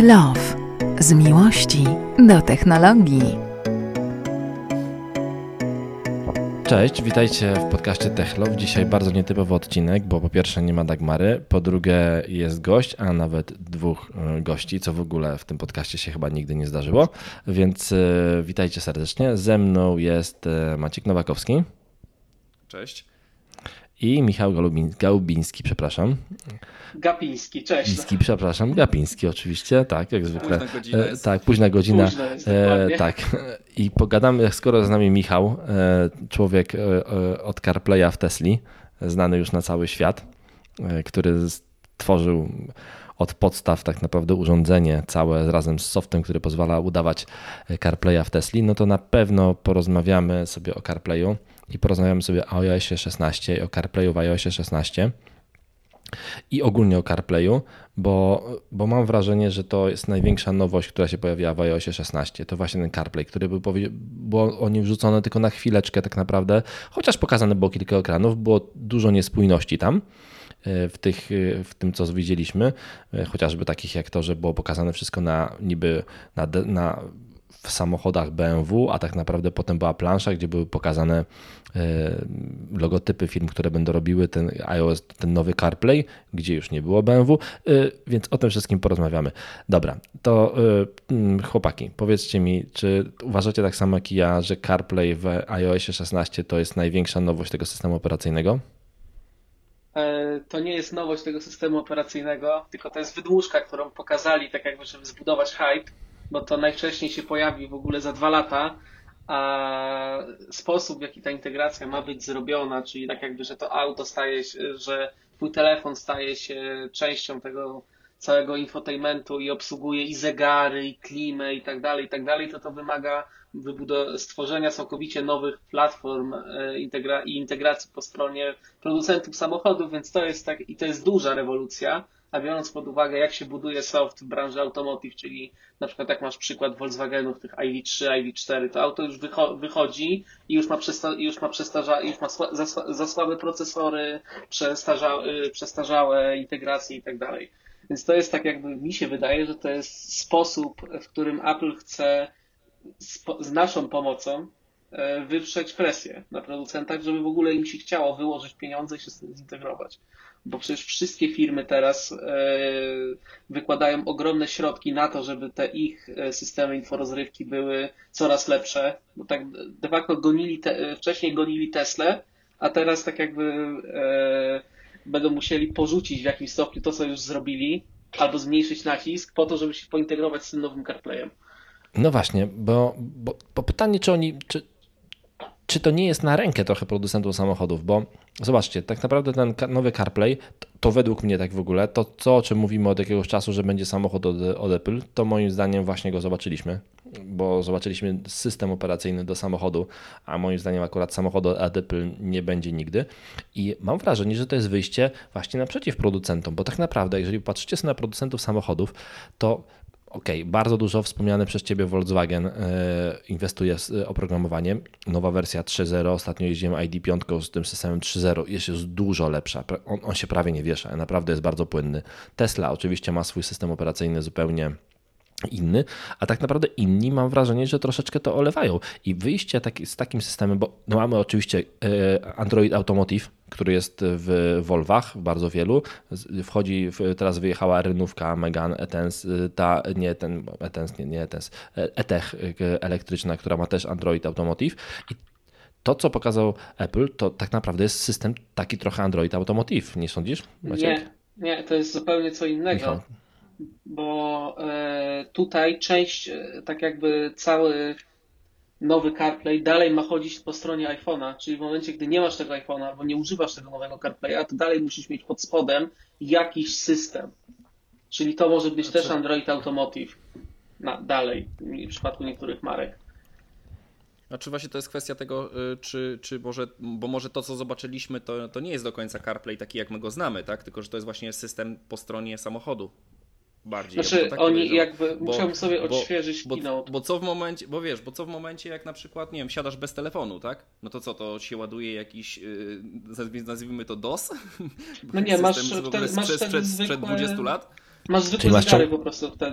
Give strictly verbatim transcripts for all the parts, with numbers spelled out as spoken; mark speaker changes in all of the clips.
Speaker 1: Love. Z miłości do technologii.
Speaker 2: Cześć, witajcie w podcaście Tech Love. Dzisiaj bardzo nietypowy odcinek, bo po pierwsze nie ma Dagmary, po drugie jest gość, a nawet dwóch gości, co w ogóle w tym podcaście się chyba nigdy nie zdarzyło, więc witajcie serdecznie. Ze mną jest Maciek Nowakowski.
Speaker 3: Cześć.
Speaker 2: I Michał Galubin- Gałubiński, przepraszam.
Speaker 4: Gapiński, cześć.
Speaker 2: Gapiński, przepraszam, Gapiński oczywiście, tak, jak zwykle.
Speaker 3: Późna godzina jest.
Speaker 2: Tak, późna godzina.
Speaker 4: Późno jest,
Speaker 2: e, tak. I pogadamy, skoro z nami Michał, e, człowiek e, od CarPlaya w Tesli, znany już na cały świat, e, który stworzył od podstaw tak naprawdę urządzenie całe razem z softem, który pozwala udawać CarPlaya w Tesli, no to na pewno porozmawiamy sobie o CarPlayu i porozmawiamy sobie o iOSie szesnaście i o CarPlayu w iOSie szesnaście. I ogólnie o CarPlayu, bo, bo mam wrażenie, że to jest największa nowość, która się pojawiła w iOSie szesnaście. To właśnie ten CarPlay, który był, było o nim wrzucone tylko na chwileczkę tak naprawdę, chociaż pokazane było kilka ekranów, było dużo niespójności tam w, tych, w tym, co widzieliśmy, chociażby takich jak to, że było pokazane wszystko na niby na, na w samochodach B M W, a tak naprawdę potem była plansza, gdzie były pokazane logotypy firm, które będą robiły ten iOS, ten nowy CarPlay, gdzie już nie było B M W, więc o tym wszystkim porozmawiamy. Dobra, to chłopaki, powiedzcie mi, czy uważacie tak samo jak ja, że CarPlay w iOSie szesnaście to jest największa nowość tego systemu operacyjnego?
Speaker 4: To nie jest nowość tego systemu operacyjnego, tylko to jest wydmuszka, którą pokazali, tak jakby, żeby zbudować hype, bo to najwcześniej się pojawi w ogóle za dwa lata, a sposób, w jaki ta integracja ma być zrobiona, czyli tak jakby, że to auto staje się, że twój telefon staje się częścią tego całego infotainmentu i obsługuje i zegary, i klimę, i tak dalej, i tak dalej, to to wymaga wybudow- stworzenia całkowicie nowych platform integra- i integracji po stronie producentów samochodów, więc to jest tak, i to jest duża rewolucja. A biorąc pod uwagę, jak się buduje soft w branży automotive, czyli na przykład jak masz przykład Volkswagenów, tych I V trzy, I V cztery, to auto już wycho- wychodzi i już ma, przesta- już ma, przestarza- już ma sła- za, za słabe procesory, przestarza- przestarzałe integracje i tak dalej. Więc to jest tak jakby, mi się wydaje, że to jest sposób, w którym Apple chce z, po- z naszą pomocą wywrzeć presję na producentach, żeby w ogóle im się chciało wyłożyć pieniądze i się z tym zintegrować. Bo przecież wszystkie firmy teraz wykładają ogromne środki na to, żeby te ich systemy inforozrywki były coraz lepsze, bo tak de facto gonili te, wcześniej gonili Teslę, a teraz tak jakby będą musieli porzucić w jakimś stopniu to, co już zrobili, albo zmniejszyć nacisk po to, żeby się pointegrować z tym nowym CarPlayem.
Speaker 2: No właśnie, bo, bo, bo pytanie, czy oni, czy, czy to nie jest na rękę trochę producentów samochodów, bo zobaczcie, tak naprawdę ten nowy CarPlay, to, to według mnie tak w ogóle, to co, o czym mówimy od jakiegoś czasu, że będzie samochód od, od Apple, to moim zdaniem właśnie go zobaczyliśmy, bo zobaczyliśmy system operacyjny do samochodu, a moim zdaniem akurat samochodu od Apple nie będzie nigdy i mam wrażenie, że to jest wyjście właśnie naprzeciw producentom, bo tak naprawdę, jeżeli patrzycie sobie na producentów samochodów, to Okej, okay, bardzo dużo wspomniany przez Ciebie Volkswagen e, inwestuje w oprogramowanie. Nowa wersja trzy zero, ostatnio jeździłem I D pięć z tym systemem trzy zero, jest już dużo lepsza. On, on się prawie nie wiesza, naprawdę jest bardzo płynny. Tesla oczywiście ma swój system operacyjny zupełnie inny, a tak naprawdę inni mam wrażenie, że troszeczkę to olewają i wyjście taki, z takim systemem, bo no mamy oczywiście Android Automotive, który jest w Volvach, bardzo wielu, wchodzi, w, teraz wyjechała rynówka Megane E-Tense, ta, nie ten, E-Tense, nie, nie E-Tense, E-Tech elektryczna, która ma też Android Automotive i to, co pokazał Apple, to tak naprawdę jest system taki trochę Android Automotive, nie sądzisz, Maciek?
Speaker 4: Nie, nie, to jest zupełnie co innego. Michał. Bo e, tutaj część, e, tak jakby cały nowy CarPlay dalej ma chodzić po stronie iPhone'a, czyli w momencie, gdy nie masz tego iPhone'a albo nie używasz tego nowego CarPlaya, to dalej musisz mieć pod spodem jakiś system. Czyli to może być znaczy... też Android Automotive na, dalej, w przypadku niektórych marek.
Speaker 3: Znaczy właśnie to jest kwestia tego, czy, czy może, bo może to, co zobaczyliśmy, to, to nie jest do końca CarPlay taki, jak my go znamy, tak? Tylko że to jest właśnie system po stronie samochodu. Bardziej.
Speaker 4: Znaczy
Speaker 3: ja tak
Speaker 4: oni jakby,
Speaker 3: bo,
Speaker 4: musiałbym sobie
Speaker 3: bo,
Speaker 4: odświeżyć
Speaker 3: bo,
Speaker 4: keynote.
Speaker 3: Bo co w momencie, bo wiesz, bo co w momencie jak na przykład, nie wiem, siadasz bez telefonu, tak? No to co, to się ładuje jakiś, yy, nazwijmy to DOS?
Speaker 4: No nie, masz
Speaker 3: wtedy,
Speaker 4: masz
Speaker 3: sprzed,
Speaker 4: wtedy
Speaker 3: sprzed,
Speaker 4: zwykłe,
Speaker 3: sprzed dwudziestu lat?
Speaker 4: Masz zwykłe zegary po prostu wtedy.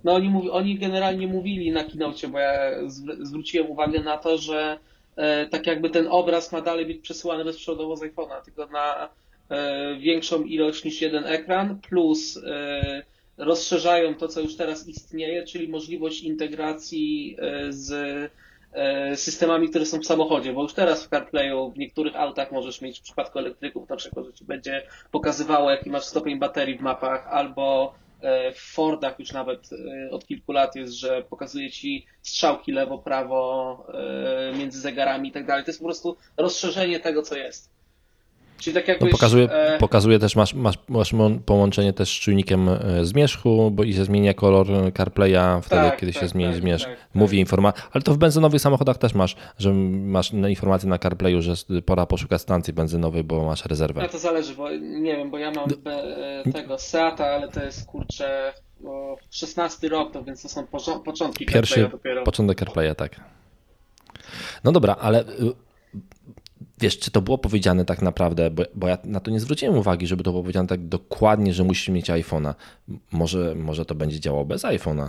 Speaker 4: No oni, mówi, oni generalnie mówili na keynocie, bo ja zw- zwróciłem uwagę na to, że e, tak jakby ten obraz ma dalej być przesyłany bezprzewodowo z iPhone'a, tylko na e, większą ilość niż jeden ekran, plus e, rozszerzają to, co już teraz istnieje, czyli możliwość integracji e, z e, systemami, które są w samochodzie, bo już teraz w CarPlayu w niektórych autach możesz mieć w przypadku elektryków na przykład, że ci będzie pokazywało, jaki masz stopień baterii w mapach, albo w Fordach już nawet od kilku lat jest, że pokazuje ci strzałki lewo, prawo między zegarami i tak dalej. To jest po prostu rozszerzenie tego, co jest. Czyli tak
Speaker 2: No
Speaker 4: jakbyś...
Speaker 2: pokazuje,
Speaker 4: e...
Speaker 2: pokazuje też, masz, masz, masz połączenie też z czujnikiem zmierzchu, bo i się zmienia kolor CarPlaya wtedy,
Speaker 4: Tak,
Speaker 2: kiedy
Speaker 4: tak,
Speaker 2: się zmieni
Speaker 4: tak,
Speaker 2: zmierzch.
Speaker 4: tak, tak.
Speaker 2: Mówi informacja, ale to w benzynowych samochodach też masz, że masz informację na CarPlayu, że pora poszukać stacji benzynowej, bo masz rezerwę.
Speaker 4: No to zależy, bo nie wiem, bo ja mam be, tego Seata, ale to jest kurczę o, szesnasty rok, to więc to są porzo- początki
Speaker 2: Pierwszy
Speaker 4: CarPlaya dopiero.
Speaker 2: początek CarPlaya, tak. No dobra, ale wiesz, czy to było powiedziane tak naprawdę, bo, bo ja na to nie zwróciłem uwagi, żeby to było powiedziane tak dokładnie, że musisz mieć iPhone'a. Może, może to będzie działało bez iPhone'a.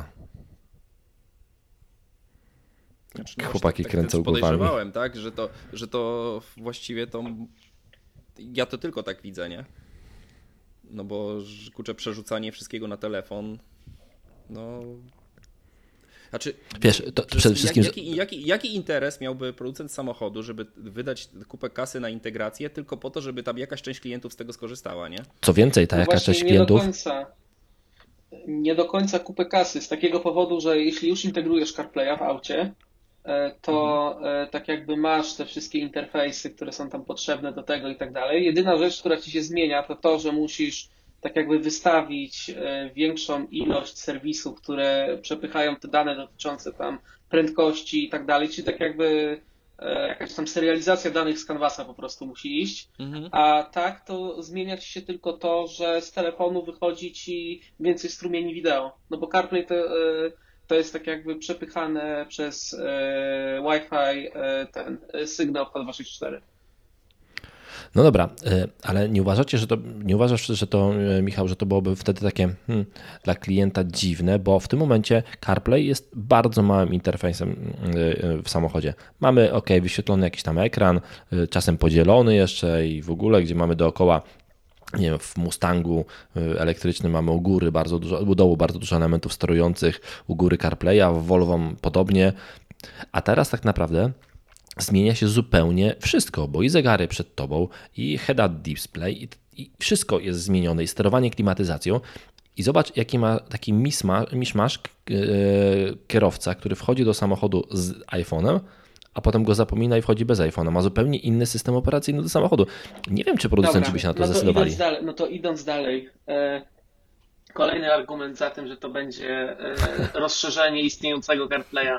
Speaker 3: Znaczy, no
Speaker 2: Chłopaki
Speaker 3: tak,
Speaker 2: kręcą
Speaker 3: tak
Speaker 2: głowami.
Speaker 3: Podejrzewałem, tak, że to, że to właściwie to ja to tylko tak widzę, nie? No bo kurczę, przerzucanie wszystkiego na telefon, no... Znaczy,
Speaker 2: wiesz, to przede wszystkim...
Speaker 3: Jaki, jaki, jaki interes miałby producent samochodu, żeby wydać kupę kasy na integrację tylko po to, żeby tam jakaś część klientów z tego skorzystała, nie?
Speaker 2: Co więcej, ta
Speaker 4: No
Speaker 2: jakaś
Speaker 4: właśnie
Speaker 2: część
Speaker 4: nie
Speaker 2: klientów...
Speaker 4: do końca. Nie do końca kupę kasy, z takiego powodu, że jeśli już integrujesz CarPlaya w aucie, to mhm. tak jakby masz te wszystkie interfejsy, które są tam potrzebne do tego i tak dalej. Jedyna rzecz, która ci się zmienia, to to, że musisz tak jakby wystawić większą ilość serwisów, które przepychają te dane dotyczące tam prędkości i tak dalej, czyli tak jakby jakaś tam serializacja danych z Canvasa po prostu musi iść, mhm. a tak to zmienia ci się tylko to, że z telefonu wychodzi ci więcej strumieni wideo, no bo CarPlay to, to jest tak jakby przepychane przez Wi-Fi ten sygnał H dwa sześć cztery.
Speaker 2: No dobra, ale nie uważacie, że to, nie uważasz, że to, Michał, że to byłoby wtedy takie hmm, dla klienta dziwne, bo w tym momencie CarPlay jest bardzo małym interfejsem w samochodzie. Mamy ok, wyświetlony jakiś tam ekran, czasem podzielony jeszcze i w ogóle, gdzie mamy dookoła, nie wiem, w Mustangu elektrycznym mamy u góry bardzo dużo, u dołu bardzo dużo elementów sterujących, u góry CarPlaya, w Volvo podobnie, a teraz tak naprawdę zmienia się zupełnie wszystko, bo i zegary przed tobą, i head-up display, i, i wszystko jest zmienione, i sterowanie klimatyzacją. I zobacz, jaki ma taki miszmasz kierowca, który wchodzi do samochodu z iPhone'em, a potem go zapomina i wchodzi bez iPhone'a. Ma zupełnie inny system operacyjny do samochodu. Nie wiem, czy producenci Dobra, by się na to,
Speaker 4: no to
Speaker 2: zdecydowali.
Speaker 4: Idąc dalej, no to idąc dalej, e, kolejny argument za tym, że to będzie e, rozszerzenie istniejącego CarPlaya.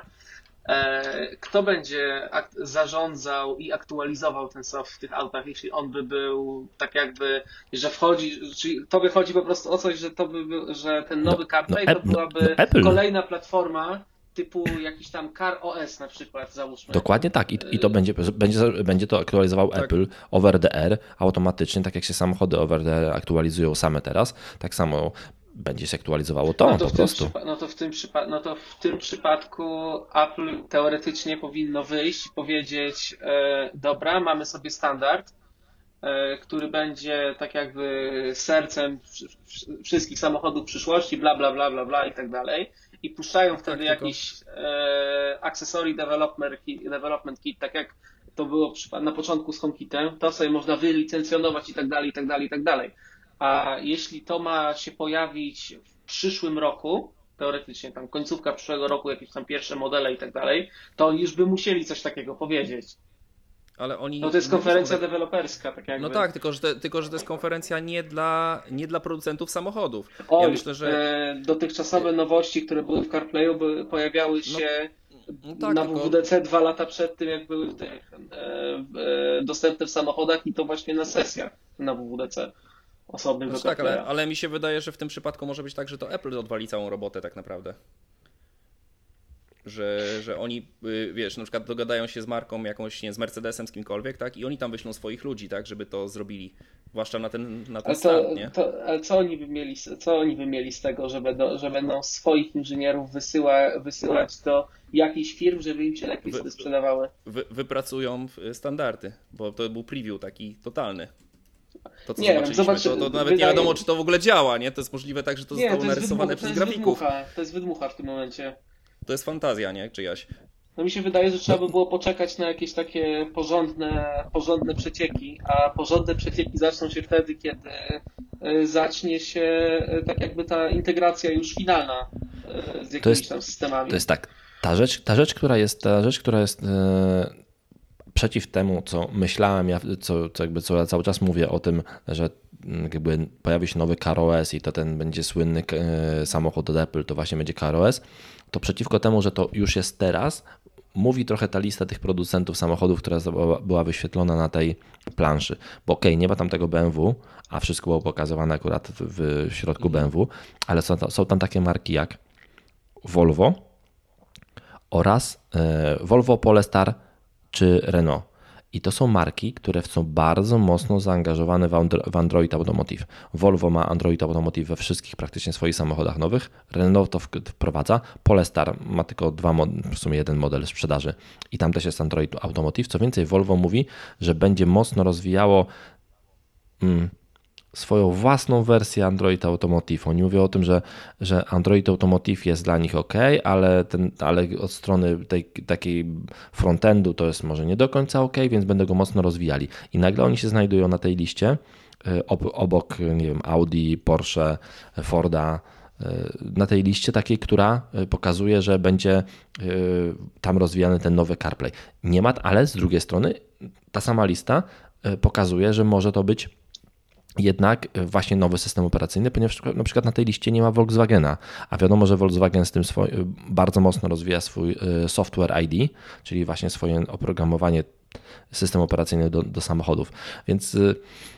Speaker 4: Kto będzie zarządzał i aktualizował ten soft w tych autach, jeśli on by był tak jakby, że wchodzi, czyli to wychodzi po prostu o coś, że to by był, że ten nowy CarPlay no, no, to byłaby no, no, kolejna platforma typu jakiś tam CarOS na przykład, załóżmy.
Speaker 2: Dokładnie tak i, i to będzie, będzie, będzie to aktualizował tak. Apple over the air automatycznie, tak jak się samochody over the air aktualizują same teraz, tak samo będzie się aktualizowało to,
Speaker 4: no to
Speaker 2: po prostu.
Speaker 4: Przypa- no, to w tym przypa- no to w tym przypadku Apple teoretycznie powinno wyjść i powiedzieć, e, dobra, mamy sobie standard, e, który będzie tak jakby sercem wszystkich samochodów przyszłości, bla, bla, bla, bla, bla i tak dalej. I puszczają wtedy tak, jakiś e, accessory development kit, development kit, tak jak to było na początku z HomeKitem, to sobie można wylicencjonować i tak dalej, i tak dalej, i tak dalej. A jeśli to ma się pojawić w przyszłym roku, teoretycznie tam końcówka przyszłego roku, jakieś tam pierwsze modele i tak dalej, to oni już by musieli coś takiego powiedzieć.
Speaker 3: Ale oni...
Speaker 4: No to jest konferencja tak... deweloperska. Tak jakby.
Speaker 3: No tak, tylko że, te, tylko że to jest konferencja nie dla, nie dla producentów samochodów.
Speaker 4: Oj,
Speaker 3: ja myślę, że...
Speaker 4: e, dotychczasne nowości, które były w CarPlayu, by pojawiały się no, no tak, na W W D C tylko... dwa lata przed tym, jak były w tych, e, e, dostępne w samochodach i to właśnie na sesjach na W W D C. Osobnym
Speaker 3: znaczy tak, ale, ale mi się wydaje, że w tym przypadku może być tak, że to Apple odwali całą robotę tak naprawdę. Że, że oni, wiesz, na przykład dogadają się z marką jakąś, nie z Mercedesem, z kimkolwiek, tak? I oni tam wyślą swoich ludzi, tak? Żeby to zrobili. Zwłaszcza na ten, na ten
Speaker 4: Ale,
Speaker 3: stan,
Speaker 4: to,
Speaker 3: nie?
Speaker 4: to, ale co oni by mieli, co oni by mieli z tego, że będą, że będą swoich inżynierów wysyła, wysyłać do jakichś firm, żeby im się lepiej
Speaker 3: Wy-
Speaker 4: sprzedawały?
Speaker 3: Wy, wypracują standardy, bo to był preview taki totalny. To co
Speaker 4: Nie wiem,
Speaker 3: zobaczyliśmy,
Speaker 4: zobacz,
Speaker 3: to, to nawet
Speaker 4: wydaje-
Speaker 3: nie wiadomo, czy to w ogóle działa, nie? To jest możliwe tak, że to
Speaker 4: Nie,
Speaker 3: zostało
Speaker 4: to jest,
Speaker 3: narysowane
Speaker 4: wydmucha, to
Speaker 3: przez
Speaker 4: jest
Speaker 3: grafików.
Speaker 4: wydmucha, to jest wydmucha w tym momencie.
Speaker 3: To jest fantazja, nie? Czyjaś.
Speaker 4: No mi się wydaje, że trzeba by było poczekać na jakieś takie porządne, porządne przecieki, a porządne przecieki zaczną się wtedy, kiedy y, zacznie się y, tak jakby ta integracja już finalna y, z jakimiś
Speaker 2: jest-
Speaker 4: tam systemami.
Speaker 2: To jest tak, ta rzecz, ta rzecz, która jest, ta rzecz, która jest e, przeciw temu, co myślałem, ja, co, co, jakby, co ja cały czas mówię o tym, że mm, jakby pojawi się nowy CarOS i to ten będzie słynny e, samochód od Apple, to właśnie będzie CarOS, to przeciwko temu, że to już jest teraz, mówi trochę ta lista tych producentów samochodów, która była- była wyświetlona na tej planszy. Bo okej, nie ma tam tego B M W, a wszystko było pokazywane akurat w, w środku B M W, ale są, tam- są tam takie marki jak Volvo oraz e, Volvo, Polestar czy Renault. I to są marki, które są bardzo mocno zaangażowane w, Andro- w Android Automotive. Volvo ma Android Automotive we wszystkich praktycznie swoich samochodach nowych. Renault to w- wprowadza. Polestar ma tylko dwa, mod- w sumie jeden model w sprzedaży i tam też jest Android Automotive. Co więcej, Volvo mówi, że będzie mocno rozwijało mm, swoją własną wersję Android Automotive. Oni mówią o tym, że, że Android Automotive jest dla nich ok, ale, ten, ale od strony tej takiej frontendu to jest może nie do końca ok, więc będą go mocno rozwijali. I nagle oni się znajdują na tej liście y, ob, obok, nie wiem, Audi, Porsche, Forda, y, na tej liście takiej, która y, pokazuje, że będzie y, tam rozwijany ten nowy CarPlay. Nie ma, ale z drugiej strony ta sama lista y, pokazuje, że może to być jednak właśnie nowy system operacyjny, ponieważ na przykład na tej liście nie ma Volkswagena, a wiadomo, że Volkswagen z tym swój, bardzo mocno rozwija swój software I D, czyli właśnie swoje oprogramowanie, system operacyjny do, do samochodów. Więc y,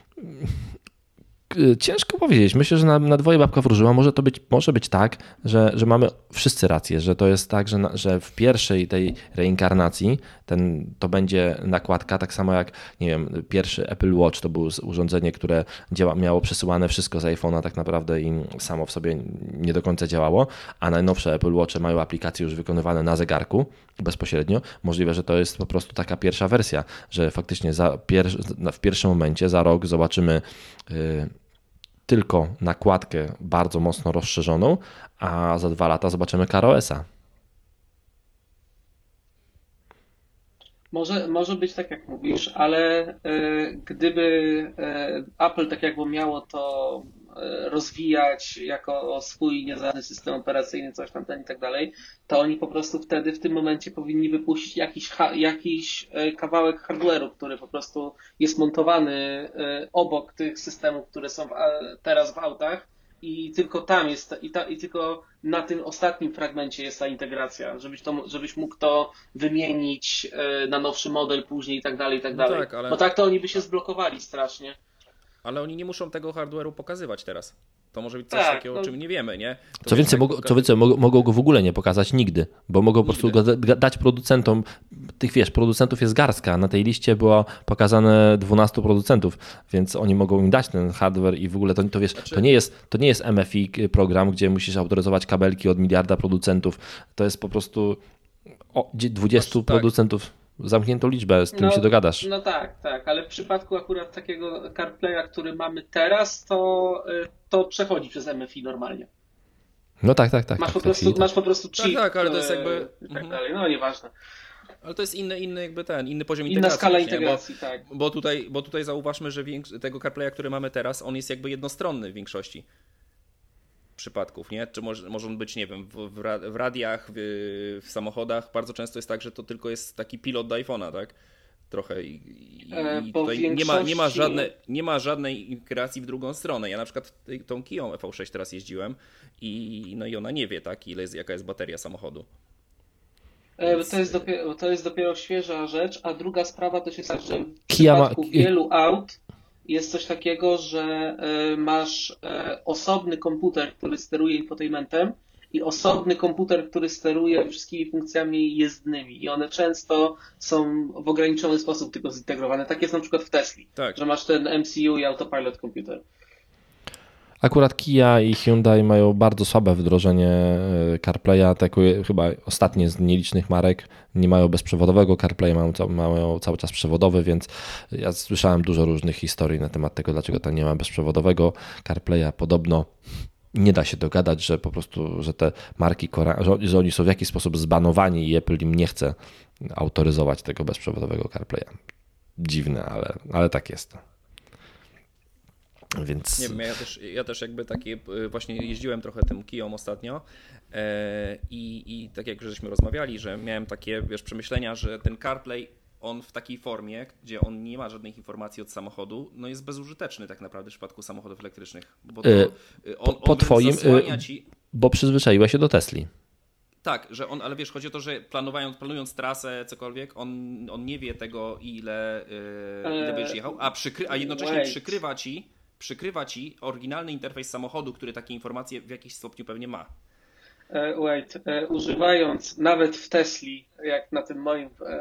Speaker 2: y, ciężko powiedzieć. Myślę, że na, na dwoje babka wróżyła. Może to być, może być tak, że, że mamy wszyscy rację, że to jest tak, że, na, że w pierwszej tej reinkarnacji ten, to będzie nakładka, tak samo jak, nie wiem, pierwszy Apple Watch to było urządzenie, które działa, miało przesyłane wszystko z iPhone'a tak naprawdę i samo w sobie nie do końca działało, a najnowsze Apple Watche mają aplikacje już wykonywane na zegarku bezpośrednio. Możliwe, że to jest po prostu taka pierwsza wersja, że faktycznie za pier, w pierwszym momencie, za rok zobaczymy yy, tylko nakładkę bardzo mocno rozszerzoną, a za dwa lata zobaczymy CarOS-a.
Speaker 4: Może, może być tak, jak mówisz, ale e, gdyby e, Apple tak jakby miało to e, rozwijać jako swój niezależny system operacyjny, coś tam ten i tak dalej, to oni po prostu wtedy w tym momencie powinni wypuścić jakiś, ha, jakiś e, kawałek hardware'u, który po prostu jest montowany e, obok tych systemów, które są w, a, teraz w autach. I tylko tam jest, i, ta, i tylko na tym ostatnim fragmencie jest ta integracja, żebyś, to, żebyś mógł to wymienić e, na nowszy model później i tak dalej, i tak
Speaker 3: No
Speaker 4: dalej.
Speaker 3: tak, ale-
Speaker 4: Bo tak to oni by się zblokowali strasznie.
Speaker 3: Ale oni nie muszą tego hardware'u pokazywać teraz. To może być coś
Speaker 4: Tak,
Speaker 3: takiego, o
Speaker 4: no.
Speaker 3: czym nie wiemy, nie? To
Speaker 2: Co
Speaker 3: wiesz,
Speaker 2: więcej,
Speaker 3: jak
Speaker 2: mogą,
Speaker 3: poka-
Speaker 2: co więcej mogą, mogą go w ogóle nie pokazać nigdy, bo mogą po prostu
Speaker 3: Nigdy.
Speaker 2: go da- dać producentom. Tych wiesz, producentów jest garstka. Na tej liście było pokazane dwunastu producentów, więc oni mogą im dać ten hardware i w ogóle to, to wiesz,
Speaker 3: Znaczy-
Speaker 2: to nie jest, to nie jest M F I program, gdzie musisz autoryzować kabelki od miliarda producentów. To jest po prostu o, dzie- dwudziestu
Speaker 3: Masz- tak.
Speaker 2: producentów. Zamkniętą liczbę, z którym się dogadasz.
Speaker 4: No tak, tak, ale w przypadku akurat takiego CarPlaya, który mamy teraz, to, y, to przechodzi przez M F I normalnie.
Speaker 2: No tak, tak, tak.
Speaker 4: Masz,
Speaker 2: tak,
Speaker 4: po
Speaker 2: w tej
Speaker 4: prostu,
Speaker 2: chwili tak.
Speaker 4: masz po prostu chip.
Speaker 3: tak, ale to jest
Speaker 4: y,
Speaker 3: jakby-
Speaker 4: I tak
Speaker 3: mhm.
Speaker 4: dalej, no nieważne.
Speaker 3: Ale to jest inny, inny jakby ten, inny poziom
Speaker 4: Inna
Speaker 3: integracji.
Speaker 4: skala
Speaker 3: też, nie?
Speaker 4: integracji, tak.
Speaker 3: Bo, bo, tutaj, bo tutaj zauważmy, że więks- tego CarPlaya, który mamy teraz, on jest jakby jednostronny w większości przypadków, nie? Czy może, może on być, nie wiem, w, w, ra- w radiach, w, w samochodach. Bardzo często jest tak, że to tylko jest taki pilot do iPhone'a, tak? Trochę i, i,
Speaker 4: E,
Speaker 3: i
Speaker 4: bo
Speaker 3: tutaj
Speaker 4: w
Speaker 3: nie, ma, nie, ma
Speaker 4: większości-
Speaker 3: żadne, nie ma żadnej integracji w drugą stronę. Ja na przykład tej- tą Kiją E V sześć teraz jeździłem i, no i ona nie wie, tak, ile jest, jaka jest bateria samochodu.
Speaker 4: E,
Speaker 3: Więc-
Speaker 4: To jest, dopiero, to jest dopiero świeża rzecz, a druga sprawa też jest tak, że w
Speaker 2: Kia ma-
Speaker 4: przypadku wielu aut jest coś takiego, że e, masz e, osobny komputer, który steruje infotainmentem i osobny komputer, który steruje wszystkimi funkcjami jezdnymi i one często są w ograniczony sposób tylko zintegrowane. Tak jest na przykład w Tesli,
Speaker 3: Tak.
Speaker 4: że masz ten M C U i autopilot komputer.
Speaker 2: Akurat Kia i Hyundai mają bardzo słabe wdrożenie CarPlaya, tak chyba ostatnie z nielicznych marek nie mają bezprzewodowego CarPlaya, mają, mają cały czas przewodowy, więc ja słyszałem dużo różnych historii na temat tego, dlaczego tam nie ma bezprzewodowego CarPlaya. Podobno nie da się dogadać, że po prostu, że te marki, że oni są w jakiś sposób zbanowani i Apple im nie chce autoryzować tego bezprzewodowego CarPlaya. Dziwne, ale, ale tak jest. Więc...
Speaker 3: Nie wiem, ja też, ja też jakby takie właśnie jeździłem trochę tym Kiją ostatnio e, i, i tak jak żeśmy rozmawiali, że miałem takie, wiesz, przemyślenia, że ten CarPlay, on w takiej formie, gdzie on nie ma żadnych informacji od samochodu, no jest bezużyteczny tak naprawdę w przypadku samochodów elektrycznych, bo to,
Speaker 2: y,
Speaker 3: on,
Speaker 2: po, po
Speaker 3: on
Speaker 2: twoim,
Speaker 3: zasłania ci...
Speaker 2: Bo przyzwyczaiłeś się do Tesli.
Speaker 3: Tak, że on, ale wiesz, chodzi o to, że planując, planując trasę, cokolwiek, on, on nie wie tego, ile, yy, ile będziesz jechał, a, przykry, a jednocześnie
Speaker 4: Wait.
Speaker 3: przykrywa ci, przykrywa ci oryginalny interfejs samochodu, który takie informacje w jakiś stopniu pewnie ma.
Speaker 4: E, Wait, e, używając nawet w Tesli, jak na tym moim e,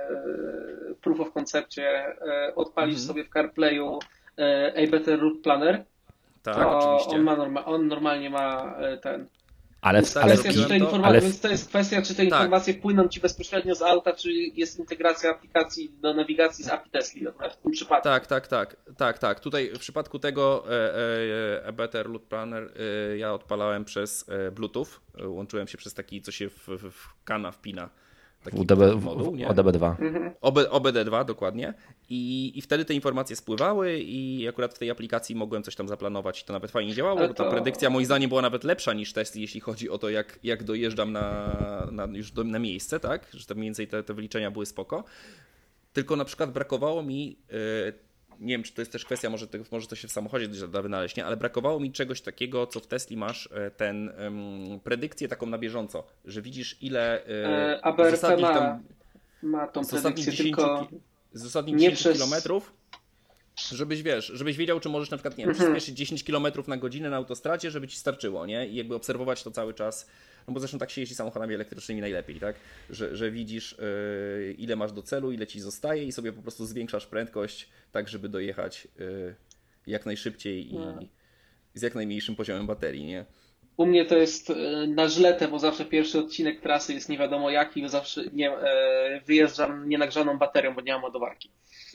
Speaker 4: proof of concepcie, e, odpalisz
Speaker 3: Mhm.
Speaker 4: sobie w CarPlayu e, A Better Route Planner,
Speaker 3: Tak,
Speaker 4: to
Speaker 3: oczywiście.
Speaker 4: on, ma norma- on normalnie ma e, ten.
Speaker 2: Ale,
Speaker 4: Jest
Speaker 3: tak,
Speaker 2: ale,
Speaker 4: kwestia, czy te
Speaker 3: to,
Speaker 4: informa-
Speaker 2: ale-
Speaker 4: Więc to jest kwestia, czy te
Speaker 3: Tak.
Speaker 4: informacje płyną ci bezpośrednio z auta, czy jest integracja aplikacji do nawigacji z A P I Tesli akurat w tym przypadku.
Speaker 3: Tak, tak, tak, tak, tak. Tutaj w przypadku tego e, e, A Better Route Planner e, ja odpalałem przez e, Bluetooth, e, łączyłem się przez taki, co się w, w, w kana wpina. Taki
Speaker 2: w D B,
Speaker 3: moduł,
Speaker 2: w,
Speaker 3: nie?
Speaker 2: O D B dwa.
Speaker 3: O B, O B D dwa dokładnie. I, I wtedy te informacje spływały i akurat w tej aplikacji mogłem coś tam zaplanować i to nawet fajnie działało,
Speaker 4: Ale
Speaker 3: bo ta
Speaker 4: to-
Speaker 3: predykcja moim zdaniem była nawet lepsza niż Tesla, jeśli chodzi o to, jak, jak dojeżdżam na, na, już do, na miejsce, tak? Że tam mniej więcej te, te wyliczenia były spoko. Tylko na przykład brakowało mi, yy, nie wiem, czy to jest też kwestia, może, to, może to się w samochodzie gdzieś da wynaleźć, nie? Ale brakowało mi czegoś takiego, co w Tesli masz, yy, ten yy, predykcję taką na bieżąco, że widzisz ile yy,
Speaker 4: E, A
Speaker 3: z
Speaker 4: B R P
Speaker 3: ostatnich
Speaker 4: ma,
Speaker 3: tam
Speaker 4: ma tą
Speaker 3: z ostatnich
Speaker 4: predykcję,
Speaker 3: dziesięciu,
Speaker 4: tylko
Speaker 3: ki- z ostatnich
Speaker 4: nie
Speaker 3: dziesięciu
Speaker 4: przez-
Speaker 3: kilometrów, żebyś wiesz, żebyś wiedział, czy możesz na przykład, nie wiem,
Speaker 4: Mhm.
Speaker 3: przyspieszyć dziesięć kilometrów na godzinę na autostradzie, żeby ci starczyło, nie? I jakby obserwować to cały czas, no bo zresztą tak się jeździ samochodami elektrycznymi najlepiej, tak? Że, że widzisz yy, ile masz do celu, ile ci zostaje i sobie po prostu zwiększasz prędkość tak, żeby dojechać yy, jak najszybciej i,
Speaker 4: No.
Speaker 3: z jak najmniejszym poziomem baterii, nie?
Speaker 4: u mnie to jest e, na żletę, bo zawsze pierwszy odcinek trasy jest nie wiadomo jaki, bo zawsze nie, e, wyjeżdżam nienagrzaną baterią, bo nie mam ładowarki.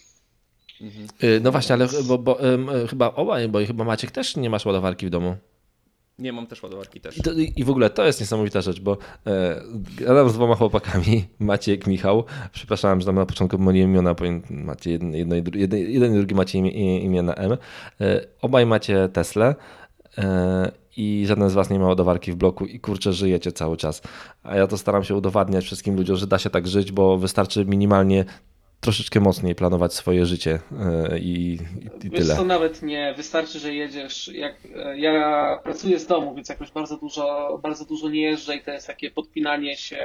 Speaker 2: Y, No właśnie, ale bo, bo, ym, chyba obaj, bo chyba Maciek też nie masz ładowarki w domu.
Speaker 3: Nie, mam też ładowarki też.
Speaker 2: I, to, I w ogóle to jest niesamowita rzecz, bo e, gadam z dwoma chłopakami, Maciek, Michał. Przepraszam, że tam na początku pomyliłem imiona, bo macie jedno, jedno i dru, jeden, jeden i drugi macie imię, imię na M. E, obaj macie Teslę e, i żaden z was nie ma ładowarki w bloku i kurczę, żyjecie cały czas. A ja to staram się udowadniać wszystkim ludziom, że da się tak żyć, bo wystarczy minimalnie troszeczkę mocniej planować swoje życie e, i, i, i
Speaker 4: Wiesz
Speaker 2: tyle.
Speaker 4: co, nawet nie, wystarczy, że jedziesz, jak e, ja pracuję z domu, więc jakoś bardzo dużo, bardzo dużo nie jeżdżę i to jest takie podpinanie się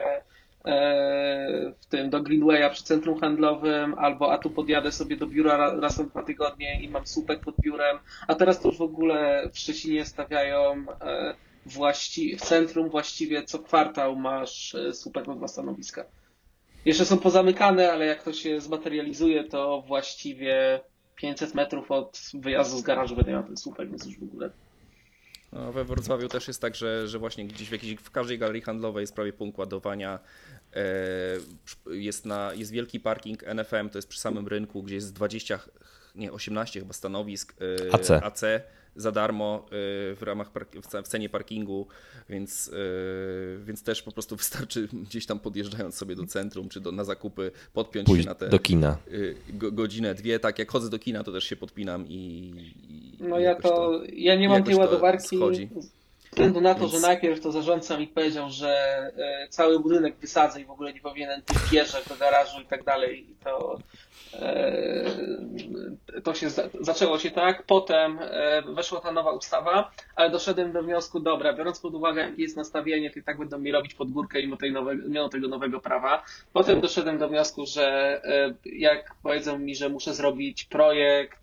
Speaker 4: e, w tym do Greenwaya przy centrum handlowym, albo a tu podjadę sobie do biura ra- raz na dwa tygodnie i mam słupek pod biurem, a teraz to już w ogóle w Szczecinie stawiają e, właści- w centrum właściwie co kwartał masz e, słupek na dwa stanowiska. Jeszcze są pozamykane, ale jak to się zmaterializuje, to właściwie pięćset metrów od wyjazdu z garażu będę miał ten słupek, więc już w ogóle.
Speaker 3: No, we Wrocławiu też jest tak, że, że właśnie gdzieś w, jakiejś, w każdej galerii handlowej jest prawie punkt ładowania. E, Jest, na, jest wielki parking N F M, to jest przy samym rynku, gdzie jest dwadzieścia, nie osiemnaście chyba stanowisk e,
Speaker 2: A C.
Speaker 3: A C za darmo e, w ramach park, w ce- w cenie parkingu, więc, e, więc też po prostu wystarczy gdzieś tam podjeżdżając sobie do centrum czy do, na zakupy podpiąć
Speaker 2: Pójść
Speaker 3: się na te
Speaker 2: do kina.
Speaker 3: y, go, godzinę, dwie. Tak, jak chodzę do kina, to też się podpinam i, i
Speaker 4: No
Speaker 3: i
Speaker 4: ja
Speaker 3: jakoś
Speaker 4: to, ja nie mam
Speaker 3: jakoś
Speaker 4: tej
Speaker 3: to
Speaker 4: ładowarki
Speaker 3: schodzi.
Speaker 4: ze względu na to,
Speaker 3: Więc-
Speaker 4: że najpierw to zarządca mi powiedział, że e, cały budynek wysadzę i w ogóle nie powinienem tych wjeżdżać do garażu i tak dalej. I to, e, to się za, zaczęło się tak. Potem e, weszła ta nowa ustawa, ale doszedłem do wniosku, dobra, biorąc pod uwagę, jakie jest nastawienie, to i tak będą mi robić pod górkę mimo, tej nowe, mimo tego nowego prawa. Potem doszedłem do wniosku, że e, jak powiedzą mi, że muszę zrobić projekt,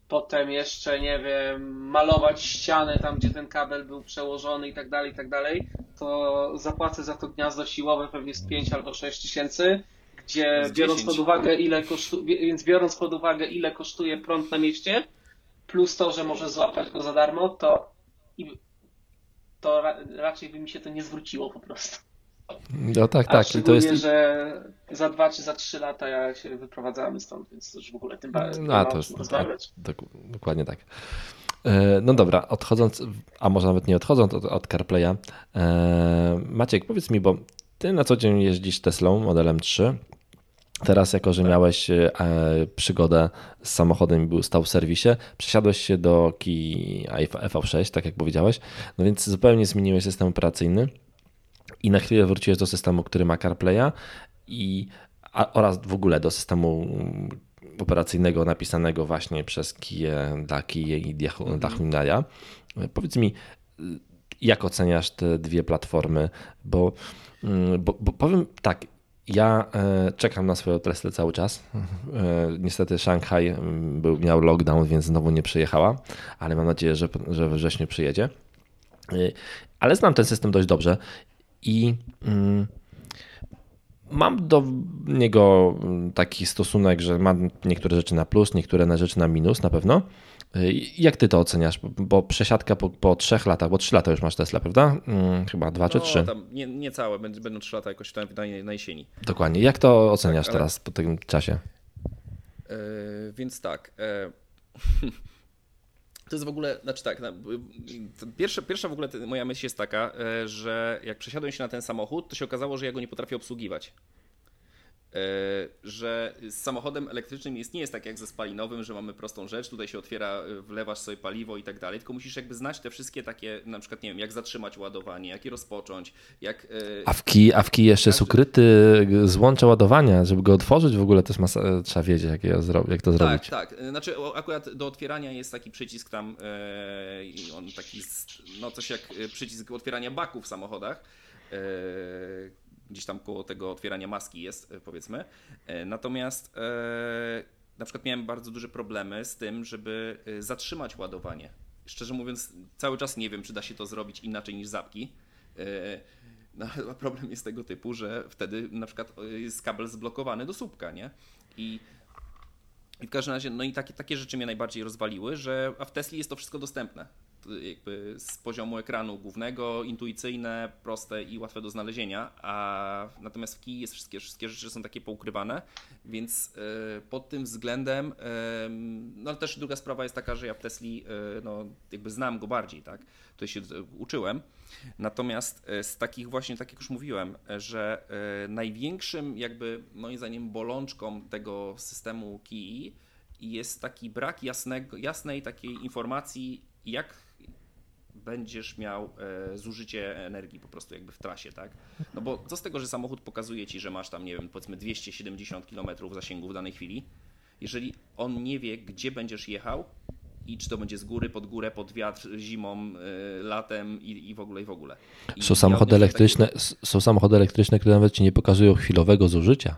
Speaker 4: potem jeszcze, nie wiem, malować ścianę tam, gdzie ten kabel był przełożony i tak dalej, i tak dalej, to zapłacę za to gniazdo siłowe pewnie z pięć albo sześć tysięcy, gdzie
Speaker 3: Z
Speaker 4: biorąc
Speaker 3: dziesięć.
Speaker 4: pod uwagę ile kosztuje, więc biorąc pod uwagę ile kosztuje prąd na mieście, plus to, że może złapać go za darmo, to, i- to ra, raczej by mi się to nie zwróciło po prostu.
Speaker 2: No tak,
Speaker 4: A
Speaker 2: tak. I to
Speaker 4: szczególnie,
Speaker 2: jest...
Speaker 4: że za dwa czy za trzy lata ja się wyprowadzamy stąd, więc to już w ogóle tym bardziej nie
Speaker 2: No,
Speaker 4: ma
Speaker 2: a
Speaker 4: o
Speaker 2: to
Speaker 4: czym
Speaker 2: jest
Speaker 4: rozmawiać.
Speaker 2: dok- dokładnie tak. E, No dobra, odchodząc, a może nawet nie odchodząc od, od CarPlaya, e, Maciek, powiedz mi, bo ty na co dzień jeździsz Teslą modelem trzy. Teraz, jako że miałeś e, przygodę z samochodem i był stał w serwisie, przesiadłeś się do Kia E V sześć, tak jak powiedziałeś, no więc zupełnie zmieniłeś system operacyjny i na chwilę wróciłeś do systemu, który ma CarPlaya i, a, oraz w ogóle do systemu operacyjnego napisanego właśnie przez Kię dla Kia i dla Hyundai'a. Powiedz mi, jak oceniasz te dwie platformy, bo, bo, bo powiem tak, ja e, czekam na swoją Teslę cały czas. E, niestety Szanghaj był, miał lockdown, więc znowu nie przyjechała, ale mam nadzieję, że, że we wrześniu przyjedzie. E, ale znam ten system dość dobrze i mm, mam do niego taki stosunek, że ma niektóre rzeczy na plus, niektóre na rzeczy na minus na pewno. Jak ty to oceniasz? Bo przesiadka po, po trzech latach, bo trzy lata już masz Tesla, prawda? Hmm, chyba dwa czy
Speaker 3: No,
Speaker 2: trzy.
Speaker 3: tam nie, nie całe, będą, będą trzy lata jakoś tam na, na jesieni.
Speaker 2: Dokładnie. Jak to oceniasz
Speaker 3: Tak, ale-
Speaker 2: teraz po tym czasie?
Speaker 3: E, więc tak. E, to jest w ogóle, znaczy tak, na, to pierwsza, pierwsza w ogóle te- moja myśl jest taka, e, że jak przesiadłem się na ten samochód, to się okazało, że ja go nie potrafię obsługiwać. E, że z samochodem elektrycznym jest, nie jest tak jak ze spalinowym, że mamy prostą rzecz, tutaj się otwiera, e, wlewasz sobie paliwo i tak dalej, tylko musisz jakby znać te wszystkie takie, na przykład nie wiem, jak zatrzymać ładowanie, jak je rozpocząć, jak... e,
Speaker 2: A w Kii, a w Kii jeszcze jest
Speaker 3: Każdy-
Speaker 2: ukryty złącze ładowania, żeby go otworzyć w ogóle, to jest masa, trzeba wiedzieć, jak, je zro- jak to
Speaker 3: Tak,
Speaker 2: zrobić.
Speaker 3: tak. Znaczy o, akurat do otwierania jest taki przycisk tam, e, i on taki, z- no coś jak e, przycisk otwierania baku w samochodach. E, gdzieś tam koło tego otwierania maski jest, e, powiedzmy. E, natomiast e, na przykład miałem bardzo duże problemy z tym, żeby e, zatrzymać ładowanie. Szczerze mówiąc, cały czas nie wiem, czy da się to zrobić inaczej niż zapki. E, no, ale problem jest tego typu, że wtedy na przykład e, jest kabel zblokowany do słupka, nie? I I w każdym razie, no i takie, takie rzeczy mnie najbardziej rozwaliły, że a w Tesli jest to wszystko dostępne. To jakby z poziomu ekranu głównego, intuicyjne, proste i łatwe do znalezienia, a natomiast w Kii jest wszystkie, wszystkie rzeczy są takie poukrywane, więc e, pod tym względem, e, no ale też druga sprawa jest taka, że ja w Tesli e, no jakby znam go bardziej, tak? Tutaj się e, uczyłem. Natomiast e, z takich właśnie, tak jak już mówiłem, e, że e, największym jakby moim zdaniem bolączką tego systemu Kii jest taki brak jasnego, jasnej takiej informacji, jak będziesz miał e, zużycie energii po prostu jakby w trasie, tak? No bo co z tego, że samochód pokazuje ci, że masz tam, nie wiem, powiedzmy dwieście siedemdziesiąt kilometrów zasięgu w danej chwili, jeżeli on nie wie, gdzie będziesz jechał i czy to będzie z góry, pod górę, pod wiatr, zimą, y, latem i, i w ogóle, i w ogóle. I
Speaker 2: Są
Speaker 3: ja
Speaker 2: samochody
Speaker 3: odniosłem
Speaker 2: elektryczne,
Speaker 3: taki-
Speaker 2: s- są samochody elektryczne, które nawet ci nie pokazują chwilowego zużycia.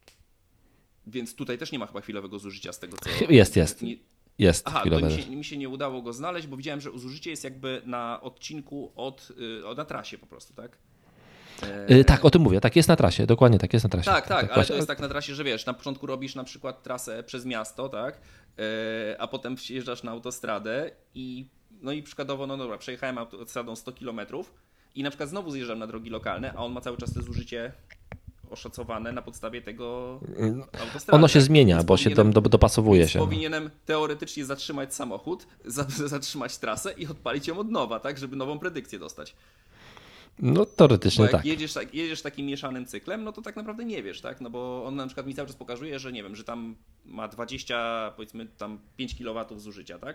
Speaker 3: Więc tutaj też nie ma chyba chwilowego zużycia z tego, co...
Speaker 2: Jest, jest.
Speaker 3: Nie...
Speaker 2: Jest
Speaker 3: Aha, to
Speaker 2: chwilowe.
Speaker 3: mi się, mi się nie udało go znaleźć, bo widziałem, że zużycie jest jakby na odcinku od, y, od na trasie po prostu, tak? E,
Speaker 2: Y, Tak, o tym mówię. Tak jest na trasie. Dokładnie tak jest na trasie.
Speaker 3: Tak, tak, ale
Speaker 2: właśnie.
Speaker 3: to jest tak na trasie, że wiesz, na początku robisz na przykład trasę przez miasto, tak, e, a potem wjeżdżasz na autostradę i no i przykładowo, no dobra, przejechałem autostradą sto kilometrów i na przykład znowu zjeżdżam na drogi lokalne, a on ma cały czas to zużycie oszacowane na podstawie tego autostrady.
Speaker 2: Ono się zmienia,
Speaker 3: Więc
Speaker 2: bo się
Speaker 3: powinienem-
Speaker 2: tam do, dopasowuje
Speaker 3: więc
Speaker 2: się.
Speaker 3: powinienem teoretycznie zatrzymać samochód, za, zatrzymać trasę i odpalić ją od nowa, tak, żeby nową predykcję dostać.
Speaker 2: No
Speaker 3: Bo
Speaker 2: teoretycznie
Speaker 3: jak
Speaker 2: tak.
Speaker 3: jedziesz, tak, jedziesz takim mieszanym cyklem, no to tak naprawdę nie wiesz, tak? No bo on na przykład mi cały czas pokazuje, że nie wiem, że tam ma dwadzieścia, powiedzmy tam pięć kilowatów zużycia, tak?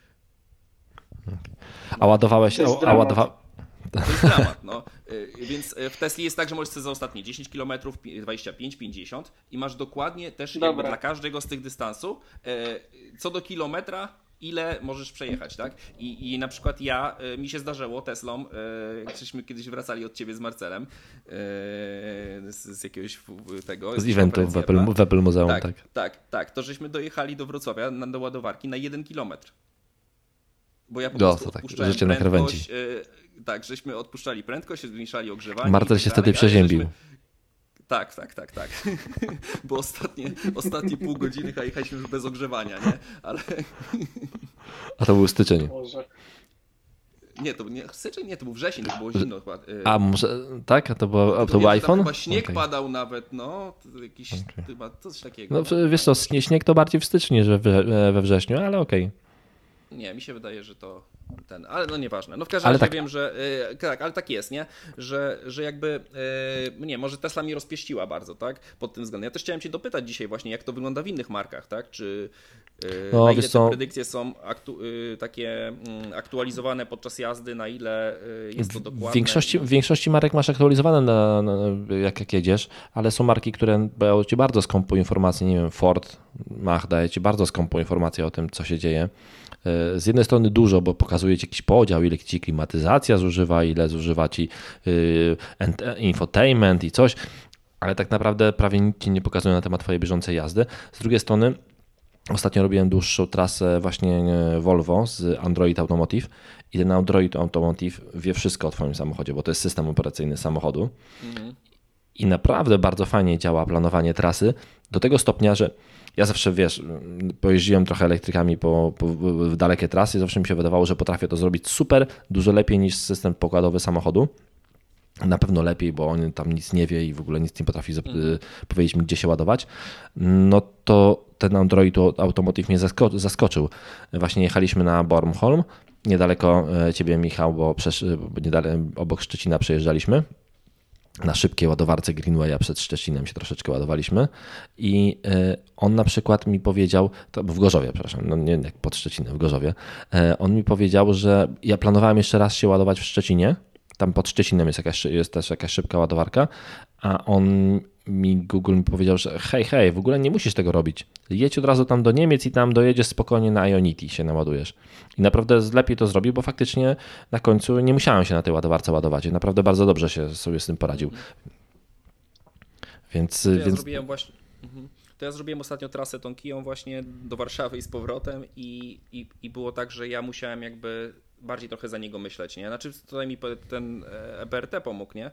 Speaker 2: A ładowałeś,
Speaker 4: To jest
Speaker 2: a, a
Speaker 4: dramat.
Speaker 2: ładowa...
Speaker 3: To jest dramat, no. Y, Więc y, w Tesli jest tak, że możesz sobie za ostatnie dziesięć kilometrów, dwadzieścia pięć, pięćdziesiąt i masz dokładnie też jakby
Speaker 4: Dobra.
Speaker 3: dla każdego z tych dystansu y, co do kilometra ile możesz przejechać, tak? I, i na przykład ja, y, mi się zdarzyło Teslą, y, jak żeśmy kiedyś wracali od ciebie z Marcelem y, z, z jakiegoś tego...
Speaker 2: Z eventu w Apple, w Apple Muzeum,
Speaker 3: tak,
Speaker 2: tak.
Speaker 3: Tak, tak, to żeśmy dojechali do Wrocławia na, do ładowarki na jeden kilometr. Bo ja po
Speaker 2: No,
Speaker 3: prostu
Speaker 2: to tak,
Speaker 3: odpuszczałem
Speaker 2: życie na
Speaker 3: prędkość,
Speaker 2: krawędzi.
Speaker 3: y, tak, żeśmy odpuszczali prędkość, zmniejszali ogrzewanie.
Speaker 2: Marcel
Speaker 3: i
Speaker 2: się
Speaker 3: tak dalej,
Speaker 2: wtedy przeziębił.
Speaker 3: ale żeśmy- Tak, tak, tak, tak. Bo ostatnie, ostatnie pół godziny jechaliśmy już bez ogrzewania, nie? Ale
Speaker 2: A to był styczeń.
Speaker 4: Może.
Speaker 3: nie, to nie, styczeń nie, to był wrzesień, to było zimno chyba. Y,
Speaker 2: A może, tak? A to, było, a to
Speaker 3: wiem,
Speaker 2: był
Speaker 3: że tam
Speaker 2: iPhone?
Speaker 3: Chyba śnieg
Speaker 2: Okej.
Speaker 3: padał nawet, no, to jakiś,
Speaker 2: Okej.
Speaker 3: chyba coś takiego.
Speaker 2: No w- wiesz co, śnie- śnieg to bardziej w styczniu, że we, we wrześniu, ale okej.
Speaker 3: Nie, mi się wydaje, że to ten, ale no nieważne. No w każdym
Speaker 2: Ale
Speaker 3: razie
Speaker 2: tak-
Speaker 3: wiem, że y, tak, ale tak jest, nie? Że, że jakby y, nie, może Tesla mi rozpieściła bardzo, tak? Pod tym względem. Ja też chciałem cię dopytać dzisiaj właśnie, jak to wygląda w innych markach, tak? Czy y,
Speaker 2: No,
Speaker 3: na ile
Speaker 2: wiesz
Speaker 3: te
Speaker 2: co-
Speaker 3: predykcje są aktu, y, takie mm, aktualizowane podczas jazdy, na ile y, jest to dokładne?
Speaker 2: W większości, w większości marek masz aktualizowane na, na, jak, jak jedziesz, ale są marki, które dają ci bardzo skąpą informację, nie wiem, Ford, Mach daje ci bardzo skąpą informację o tym, co się dzieje. Z jednej strony dużo, bo pokazuje ci jakiś podział, ile ci klimatyzacja zużywa, ile zużywa ci y, ent- infotainment i coś, ale tak naprawdę prawie nic ci nie pokazują na temat twojej bieżącej jazdy. Z drugiej strony ostatnio robiłem dłuższą trasę właśnie Volvo z Android Automotive i ten Android Automotive wie wszystko o twoim samochodzie, bo to jest system operacyjny samochodu.
Speaker 3: Mhm.
Speaker 2: I naprawdę bardzo fajnie działa planowanie trasy do tego stopnia, że ja zawsze, wiesz, pojeździłem trochę elektrykami po, po, w dalekie trasy i zawsze mi się wydawało, że potrafię to zrobić super, dużo lepiej niż system pokładowy samochodu. Na pewno lepiej, bo on tam nic nie wie i w ogóle nic nie potrafi mm. powiedzieć mi, gdzie się ładować. No to ten Android Automotive mnie zasko- zaskoczył. Właśnie jechaliśmy na Bornholm, niedaleko ciebie, Michał, bo, przesz- bo niedaleko, obok Szczecina przejeżdżaliśmy. Na szybkiej ładowarce Greenwaya przed Szczecinem się troszeczkę ładowaliśmy i on na przykład mi powiedział, to w Gorzowie, przepraszam, no nie jak pod Szczecinem, w Gorzowie, on mi powiedział, że ja planowałem jeszcze raz się ładować w Szczecinie, tam pod Szczecinem jest, jakaś, jest też jakaś szybka ładowarka, a on mi, Google mi powiedział, że hej, hej, w ogóle nie musisz tego robić. Jedź od razu tam do Niemiec i tam dojedziesz spokojnie na Ionity, się naładujesz. I naprawdę lepiej to zrobił, bo faktycznie na końcu nie musiałem się na tej ładowarce ładować. I naprawdę bardzo dobrze się sobie z tym poradził. Więc,
Speaker 3: To ja
Speaker 2: więc...
Speaker 3: zrobiłem właśnie. Mhm. To ja zrobiłem ostatnio trasę tą Kiją właśnie do Warszawy i z powrotem i, i, i było tak, że ja musiałem jakby bardziej trochę za niego myśleć, nie? Znaczy tutaj mi ten E B R T pomógł, nie?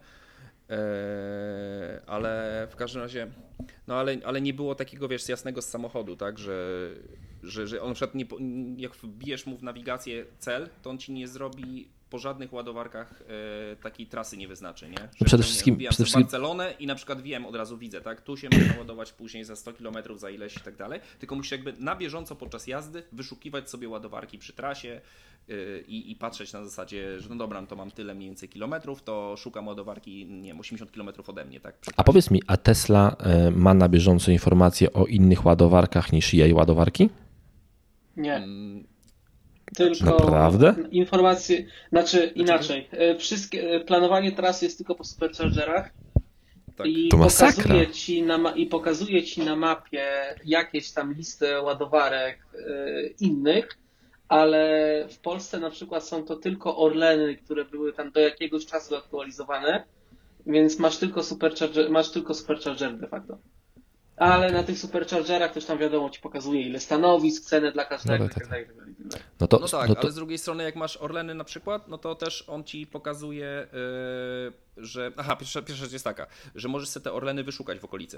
Speaker 3: Ale w każdym razie, no ale, ale nie było takiego, wiesz, jasnego z samochodu, tak, że, że, że on na przykład nie, jak wbijesz mu w nawigację cel, to on ci nie zrobi po żadnych ładowarkach e, takiej trasy nie wyznaczy, nie? Że
Speaker 2: przede
Speaker 3: nie,
Speaker 2: wszystkim,
Speaker 3: wbijam
Speaker 2: przede
Speaker 3: sobie
Speaker 2: wszystkim...
Speaker 3: Barcelonę i na przykład wiem, od razu widzę, tak, tu się można ładować później za sto kilometrów, za ileś i tak dalej, tylko musisz jakby na bieżąco podczas jazdy wyszukiwać sobie ładowarki przy trasie yy, i, i patrzeć na zasadzie, że no dobra, no to mam tyle mniej więcej kilometrów, to szukam ładowarki, nie wiem, osiemdziesiąt kilometrów ode mnie, tak?
Speaker 2: A powiedz mi, a Tesla ma na bieżąco informacje o innych ładowarkach niż jej ładowarki?
Speaker 4: Nie.
Speaker 3: Mm,
Speaker 4: Tylko
Speaker 2: Naprawdę?
Speaker 4: informacje, znaczy inaczej. Wszystkie, planowanie trasy jest tylko po superchargerach
Speaker 3: tak.
Speaker 4: i
Speaker 2: To masakra.
Speaker 4: pokazuje ci na ma- i pokazuje ci na mapie jakieś tam listę ładowarek y, innych, ale w Polsce na przykład są to tylko Orleny, które były tam do jakiegoś czasu aktualizowane, więc masz tylko supercharger, masz tylko supercharger de facto. Ale na tych superchargerach też tam wiadomo ci pokazuje ile stanowisk, cenę dla każdego
Speaker 2: No tak,
Speaker 4: itd. itd., itd.
Speaker 2: No to,
Speaker 3: No tak,
Speaker 2: no to...
Speaker 3: ale z drugiej strony jak masz Orleny na przykład, no to też on ci pokazuje, yy, że... Aha, pierwsza, pierwsza rzecz jest taka, że możesz sobie te Orleny wyszukać w okolicy.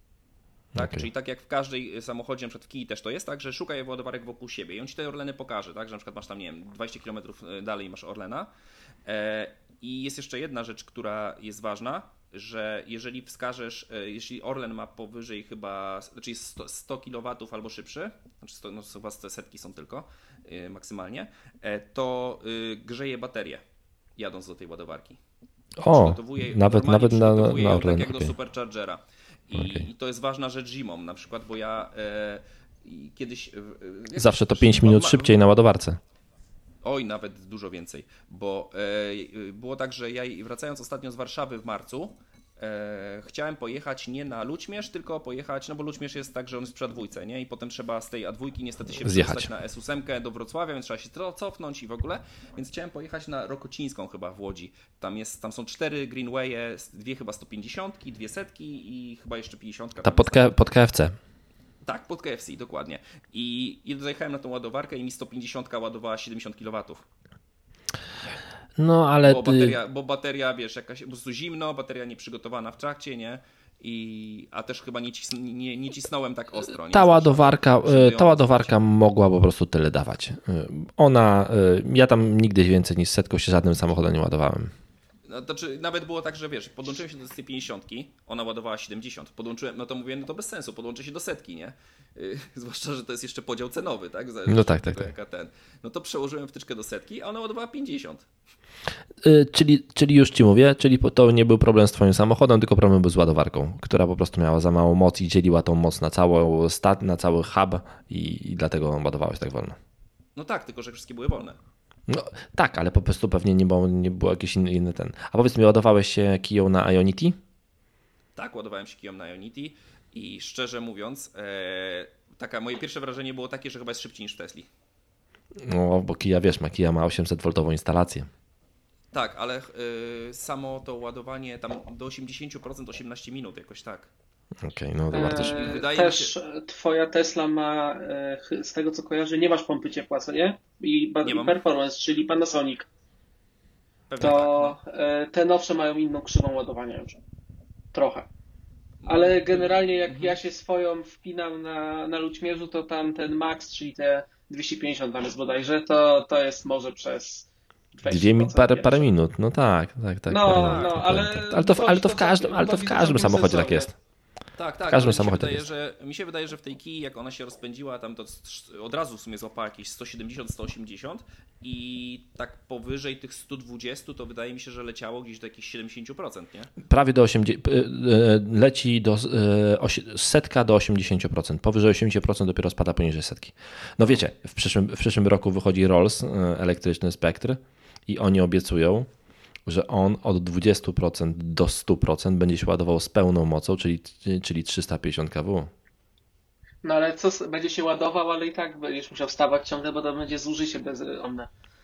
Speaker 3: Tak?
Speaker 2: Okay.
Speaker 3: Czyli tak jak w każdej samochodzie, na przykład w Kii też to jest tak, że szukaj ładowarek wokół siebie i on ci te Orleny pokaże, tak? Że na przykład masz tam, nie wiem, dwadzieścia kilometrów dalej masz Orlena. E, I jest jeszcze jedna rzecz, która jest ważna, że jeżeli wskażesz, jeśli Orlen ma powyżej chyba, znaczy jest sto, sto kilowatów albo szybszy, znaczy sto, no chyba te setki są tylko yy, maksymalnie, yy, to yy, grzeje baterię jadąc do tej ładowarki.
Speaker 2: O, nawet, nawet na, na, na Orlen.
Speaker 3: Tak jak
Speaker 2: okay.
Speaker 3: do superchargera. I,
Speaker 2: okay.
Speaker 3: I to jest ważna rzecz zimą na przykład, bo ja yy, kiedyś... Yy,
Speaker 2: Zawsze to pięć minut
Speaker 3: ma,
Speaker 2: szybciej na ładowarce.
Speaker 3: Oj, nawet dużo więcej, bo e, było tak, że ja wracając ostatnio z Warszawy w marcu, e, chciałem pojechać nie na Lućmierz, tylko pojechać, no bo Lućmierz jest tak, że on jest przy A dwójce, nie? I potem trzeba z tej A dwójki niestety się
Speaker 2: Zjechać.
Speaker 3: przestać na S osiem do Wrocławia, więc trzeba się tro- cofnąć i w ogóle. Więc chciałem pojechać na Rokocińską chyba w Łodzi. Tam, jest, tam są cztery Greenwaye, dwie chyba sto pięćdziesiąt, dwie setki i chyba jeszcze pięćdziesiąt.
Speaker 2: Ta pod, K- pod K F C.
Speaker 3: Tak, pod K F C, dokładnie. I, i zajechałem na tą ładowarkę i mi sto pięćdziesiąt ładowała siedemdziesiąt kilowatów.
Speaker 2: No ale
Speaker 3: Bo
Speaker 2: ty...
Speaker 3: bateria, bo bateria, wiesz, jakaś po prostu zimno, bateria nieprzygotowana w trakcie, nie? I, a też chyba nie, cisn, nie, nie cisnąłem tak ostro. Nie?
Speaker 2: Ta ładowarka,
Speaker 3: Żeby ją
Speaker 2: ta ładowarka mogła po prostu tyle dawać. Ona, ja tam nigdy więcej niż setką się żadnym samochodem nie ładowałem.
Speaker 3: No, to czy nawet było tak, że wiesz, podłączyłem się do sto pięćdziesiąt, ona ładowała siedemdziesiąt, podłączyłem, no to mówię, no to bez sensu, podłączę się do setki, nie? Yy, zwłaszcza, że to jest jeszcze podział cenowy, tak? Zależy
Speaker 2: no tak,
Speaker 3: od
Speaker 2: tak,
Speaker 3: tego,
Speaker 2: tak.
Speaker 3: jaka ten. No to przełożyłem wtyczkę do setki, a ona ładowała pięćdziesiąt.
Speaker 2: Yy, czyli, czyli już ci mówię, czyli to nie był problem z twoim samochodem, tylko problem był z ładowarką, która po prostu miała za mało mocy i dzieliła tą moc na całą stat, na cały hub i, i dlatego ładowałeś tak wolno.
Speaker 3: No tak, tylko że wszystkie były wolne.
Speaker 2: No tak, ale po prostu pewnie nie było, nie było jakiś inny, inny ten. A powiedz mi, ładowałeś się kiją na Ionity?
Speaker 3: Tak, ładowałem się kiją na Ionity i szczerze mówiąc, e, taka, moje pierwsze wrażenie było takie, że chyba jest szybciej niż w Tesli.
Speaker 2: No, bo Kia, wiesz, ma Kia ma osiemset woltową instalację.
Speaker 3: Tak, ale y, samo to ładowanie tam do osiemdziesiąt procent osiemnaście minut, jakoś tak.
Speaker 2: Okej, okay, no to warto się...
Speaker 4: Eee,
Speaker 3: Wydaje mi
Speaker 4: też
Speaker 3: się-
Speaker 4: twoja Tesla ma, e, z tego co kojarzę, nie masz pompy ciepła, co nie? I, ba-
Speaker 3: Nie
Speaker 4: i
Speaker 3: mam.
Speaker 4: performance, czyli Panasonic.
Speaker 3: Pewnie
Speaker 4: To
Speaker 3: tak,
Speaker 4: e, te nowsze mają inną krzywą ładowania już. Trochę. Ale generalnie jak ja się swoją wpinam na, na Lućmierzu, to tam ten max, czyli te dwieście pięćdziesiąt tam jest bodajże, to, to jest może przez
Speaker 2: Dwie mi, parę,
Speaker 4: pierwsze.
Speaker 2: parę minut, no tak, tak, tak.
Speaker 4: No,
Speaker 2: parę minut,
Speaker 4: no,
Speaker 2: tak,
Speaker 4: ale
Speaker 2: tak. ale, to, ale to w
Speaker 4: to
Speaker 2: każdym, ale to w
Speaker 4: całkiem-
Speaker 2: każdym
Speaker 4: całkiem
Speaker 2: samochodzie tak
Speaker 4: sensowne.
Speaker 2: jest.
Speaker 3: Tak, tak.
Speaker 2: W każdym
Speaker 3: ale mi się
Speaker 2: samochodzie
Speaker 3: wydaje,
Speaker 2: jest.
Speaker 3: że, mi się wydaje, że w tej Kii, jak ona się rozpędziła, tam to od razu w sumie złapała jakieś sto siedemdziesiąt sto osiemdziesiąt i tak powyżej tych sto dwadzieścia to wydaje mi się, że leciało gdzieś do jakichś siedemdziesiąt procent, nie?
Speaker 2: Prawie do osiemdziesięciu procent, leci do, e, osi- setka do osiemdziesiąt procent. Powyżej osiemdziesiąt procent dopiero spada poniżej setki. No wiecie, w przyszłym, w przyszłym roku wychodzi Rolls, e, elektryczny Spectre i oni obiecują, że on od dwudziestu procent do stu procent będzie się ładował z pełną mocą, czyli, czyli trzysta pięćdziesiąt kilowattów.
Speaker 4: No ale co, s- będzie się ładował, ale i tak będziesz musiał wstawać ciągle, bo to będzie zużycie bez one.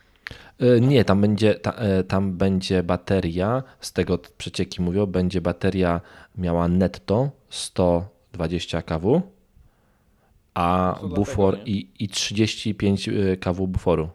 Speaker 2: E, Nie, tam będzie, ta, e, tam będzie bateria, z tego przecieki mówią, będzie bateria miała netto sto dwadzieścia kilowattów, a
Speaker 3: To
Speaker 2: bufor
Speaker 3: dlatego, nie?
Speaker 2: i, i trzydzieści pięć kilowattów buforu.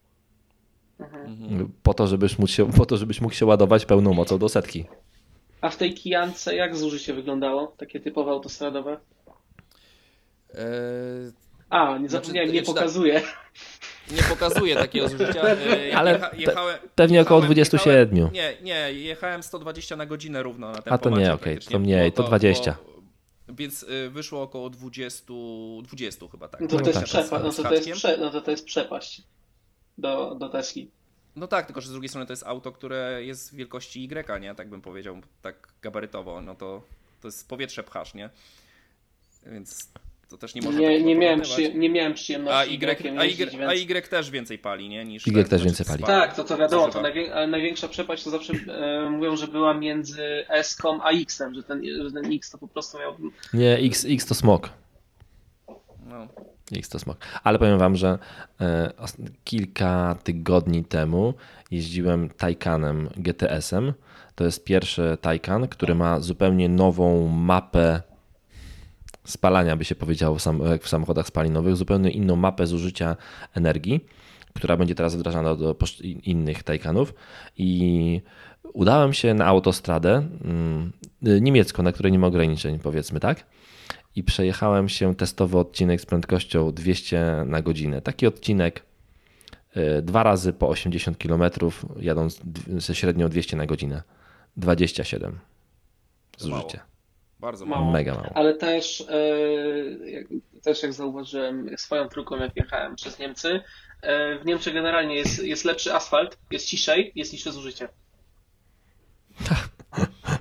Speaker 3: Mhm.
Speaker 2: Po to, żebyś mógł się, po to, żebyś mógł się ładować pełną mocą do setki.
Speaker 4: A w tej Kijance jak zużycie wyglądało? Takie typowe autostradowe?
Speaker 3: Eee,
Speaker 4: A, nie
Speaker 3: Znaczy,
Speaker 4: zapomniałem, nie
Speaker 3: znaczy tak-
Speaker 4: pokazuje.
Speaker 3: nie pokazuje takiego zużycia. Eee,
Speaker 2: Ale
Speaker 3: jecha, jechałem,
Speaker 2: pewnie około
Speaker 3: jechałem-
Speaker 2: dwadzieścia siedem.
Speaker 3: Jechałem, nie, nie, jechałem sto dwadzieścia na godzinę równo na
Speaker 2: A to nie,
Speaker 3: tempomacie
Speaker 2: okej,
Speaker 3: praktycznie.
Speaker 2: to mniej,
Speaker 3: Bo
Speaker 2: to dwadzieścia.
Speaker 3: Bo, więc y, wyszło około dwadzieścia, dwadzieścia chyba tak.
Speaker 4: No to,
Speaker 2: No
Speaker 4: to jest
Speaker 2: tak,
Speaker 4: przepa- no
Speaker 3: z
Speaker 4: to, to, jest
Speaker 3: haczkiem.
Speaker 4: prze- no to, to jest przepaść do, do Tesli.
Speaker 3: No tak, tylko że z drugiej strony to jest auto, które jest wielkości Y, nie? Tak bym powiedział, tak gabarytowo. No to, to jest powietrze pchasz, nie? Więc to też nie można
Speaker 4: Nie,
Speaker 3: tak
Speaker 4: nie, miałem
Speaker 3: porównywać.
Speaker 4: przyje- nie miałem
Speaker 3: A
Speaker 4: przyjemności
Speaker 3: Y,
Speaker 4: Y-iem
Speaker 3: a,
Speaker 4: jeździć,
Speaker 3: y,
Speaker 4: więc...
Speaker 3: a Y też więcej pali, nie? Niż
Speaker 2: Y
Speaker 3: ten,
Speaker 2: też
Speaker 3: znaczy
Speaker 2: więcej pali.
Speaker 3: spala.
Speaker 4: Tak, to to wiadomo, to
Speaker 3: Zużywa.
Speaker 4: najwię- ale największa przepaść to zawsze e, mówią, że była między S-ką a X-em, że ten, że ten X to po prostu miał...
Speaker 2: Nie, X, X to smog.
Speaker 3: No.
Speaker 2: X to smog. Ale powiem wam, że e, os- kilka tygodni temu jeździłem Taycanem G T S-em. To jest pierwszy Taycan, który ma zupełnie nową mapę spalania, by się powiedziało w sam- jak w samochodach spalinowych, zupełnie inną mapę zużycia energii, która będzie teraz wdrażana do posz- innych Taycanów. I udałem się na autostradę mm, niemiecką, na której nie ma ograniczeń, powiedzmy tak. I przejechałem się testowy odcinek z prędkością dwieście na godzinę. Taki odcinek y, dwa razy po osiemdziesiąt kilometrów, jadąc d- ze średnią dwieście na godzinę. dwadzieścia siedem zużycie.
Speaker 3: Bardzo
Speaker 4: Mało.
Speaker 3: mało.
Speaker 2: Mega mało.
Speaker 4: Ale też, e, jak, też jak zauważyłem swoją trójką, jak jechałem przez Niemcy, e, w Niemczech generalnie jest, jest lepszy asfalt, jest ciszej, jest niższe zużycie.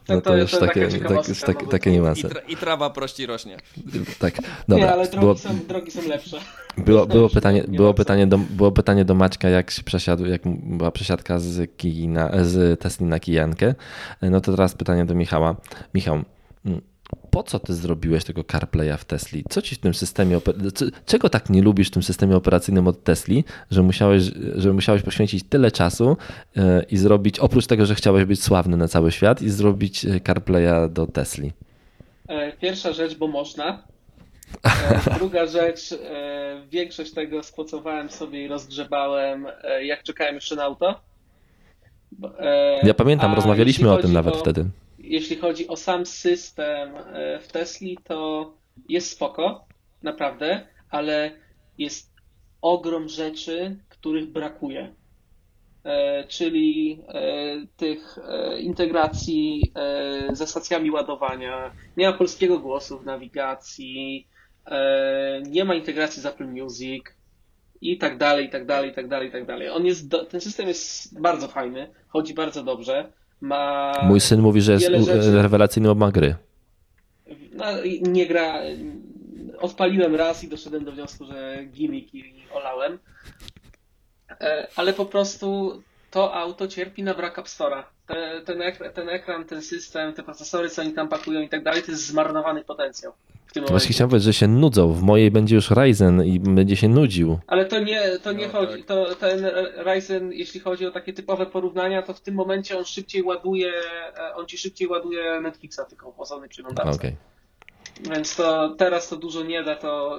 Speaker 2: no to już
Speaker 4: taka
Speaker 2: takie, tak,
Speaker 4: ciekawostka,
Speaker 2: już tak,
Speaker 4: no bo
Speaker 2: takie
Speaker 3: I,
Speaker 2: niuanse.
Speaker 3: tra- I trawa prościej rośnie.
Speaker 2: Tak,
Speaker 4: Nie,
Speaker 2: dobra.
Speaker 4: ale drogi,
Speaker 2: Było,
Speaker 4: są, drogi są lepsze.
Speaker 2: było, było, pytanie,
Speaker 4: nie
Speaker 2: było,
Speaker 4: ma co.
Speaker 2: pytanie do, było pytanie do Maćka, jak się przesiadł, jak była przesiadka z, Kii na, z Tesli na Kijankę. No to teraz pytanie do Michała. Michał, mm, po co ty zrobiłeś tego CarPlaya w Tesli? Co ci w tym systemie, oper- co, czego tak nie lubisz w tym systemie operacyjnym od Tesli, że musiałeś, że musiałeś poświęcić tyle czasu e, i zrobić, oprócz tego, że chciałeś być sławny na cały świat, i zrobić e, CarPlaya do Tesli?
Speaker 4: E, Pierwsza rzecz, bo można. E, Druga rzecz, e, większość tego spocowałem sobie i rozgrzebałem, e, jak czekałem jeszcze na auto. Bo, e,
Speaker 2: Ja pamiętam,
Speaker 4: a
Speaker 2: rozmawialiśmy
Speaker 4: jeśli
Speaker 2: o tym
Speaker 4: chodzi
Speaker 2: nawet
Speaker 4: o,
Speaker 2: wtedy.
Speaker 4: Jeśli chodzi o sam system e, w Tesli, to jest spoko, naprawdę, ale jest ogrom rzeczy, których brakuje. E, czyli e, tych e, integracji e, ze stacjami ładowania, nie ma polskiego głosu w nawigacji, e, nie ma integracji z Apple Music i tak dalej, i tak dalej, i tak dalej, i tak dalej. On jest do, ten system jest bardzo fajny, chodzi bardzo dobrze, ma
Speaker 2: Mój syn mówi, że jest
Speaker 4: wiele
Speaker 2: u-
Speaker 4: rzeczy-
Speaker 2: rewelacyjny oba gry.
Speaker 4: no, i nie gra. Odpaliłem raz i doszedłem do wniosku, że gimmick i olałem. E, Ale po prostu to auto cierpi na brak App Store'a. Te, ten, ek- ten ekran, ten system, te procesory, co oni tam pakują i tak dalej, to jest zmarnowany potencjał w tym
Speaker 2: To właśnie
Speaker 4: momencie.
Speaker 2: chciałem powiedzieć, że się nudzą. W mojej będzie już Ryzen i będzie się nudził.
Speaker 4: Ale to nie, to nie
Speaker 3: No,
Speaker 4: chodzi,
Speaker 3: tak.
Speaker 4: to ten Ryzen, jeśli chodzi o takie typowe porównania, to w tym momencie on szybciej ładuje, e, on ci szybciej ładuje Netflixa tylko w osobnej przeglądarce.
Speaker 2: Okej.
Speaker 4: Więc to teraz to dużo nie da, to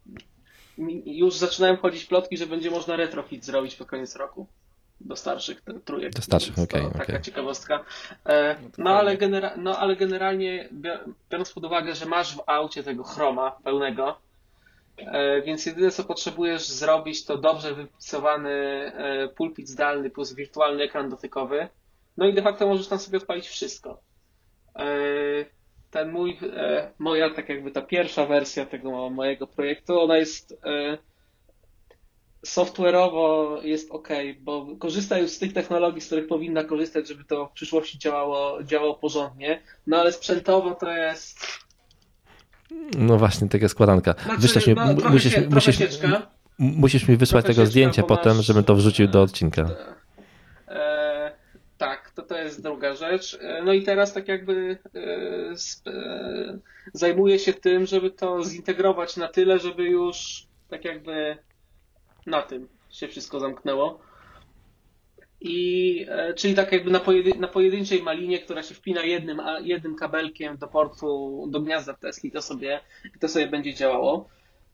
Speaker 4: już zaczynają chodzić plotki, że będzie można retrofit zrobić pod koniec roku do starszych ten trójek.
Speaker 2: Do starszych,
Speaker 4: Więc to
Speaker 2: okej,
Speaker 4: Taka
Speaker 2: okej.
Speaker 4: ciekawostka. E,
Speaker 3: No to
Speaker 4: No ale,
Speaker 3: fajnie.
Speaker 4: genera- no ale generalnie bia- biorąc pod uwagę, że masz w aucie tego chroma pełnego, e, więc jedyne co potrzebujesz zrobić to dobrze wypisowany e, pulpit zdalny plus wirtualny ekran dotykowy. No i de facto możesz tam sobie odpalić wszystko. E, Ten mój, e, moja tak jakby ta pierwsza wersja tego mojego projektu, ona jest e, software'owo jest ok, bo korzysta już z tych technologii, z których powinna korzystać, żeby to w przyszłości działało, działało porządnie, no ale sprzętowo to jest
Speaker 2: No właśnie, taka składanka.
Speaker 4: Znaczy,
Speaker 2: Wyślesz mi,
Speaker 4: no,
Speaker 2: m-
Speaker 4: trochę
Speaker 2: musisz,
Speaker 4: cie-
Speaker 2: mi-
Speaker 4: trochę
Speaker 2: musisz,
Speaker 4: cieczka.
Speaker 2: m- musisz mi wysłać
Speaker 4: Trochę
Speaker 2: tego
Speaker 4: cieczka,
Speaker 2: zdjęcia
Speaker 4: bo
Speaker 2: potem,
Speaker 4: masz,
Speaker 2: żebym to wrzucił do
Speaker 4: e,
Speaker 2: odcinka.
Speaker 4: E, tak, to to jest druga rzecz. E, No i teraz tak jakby e, sp- e, zajmuję się tym, żeby to zintegrować na tyle, żeby już tak jakby na tym się wszystko zamknęło. I e, czyli tak jakby na, pojedy, na pojedynczej malinie, która się wpina jednym, a, jednym kabelkiem do portu, do gniazda Tesli, to sobie, to sobie będzie działało.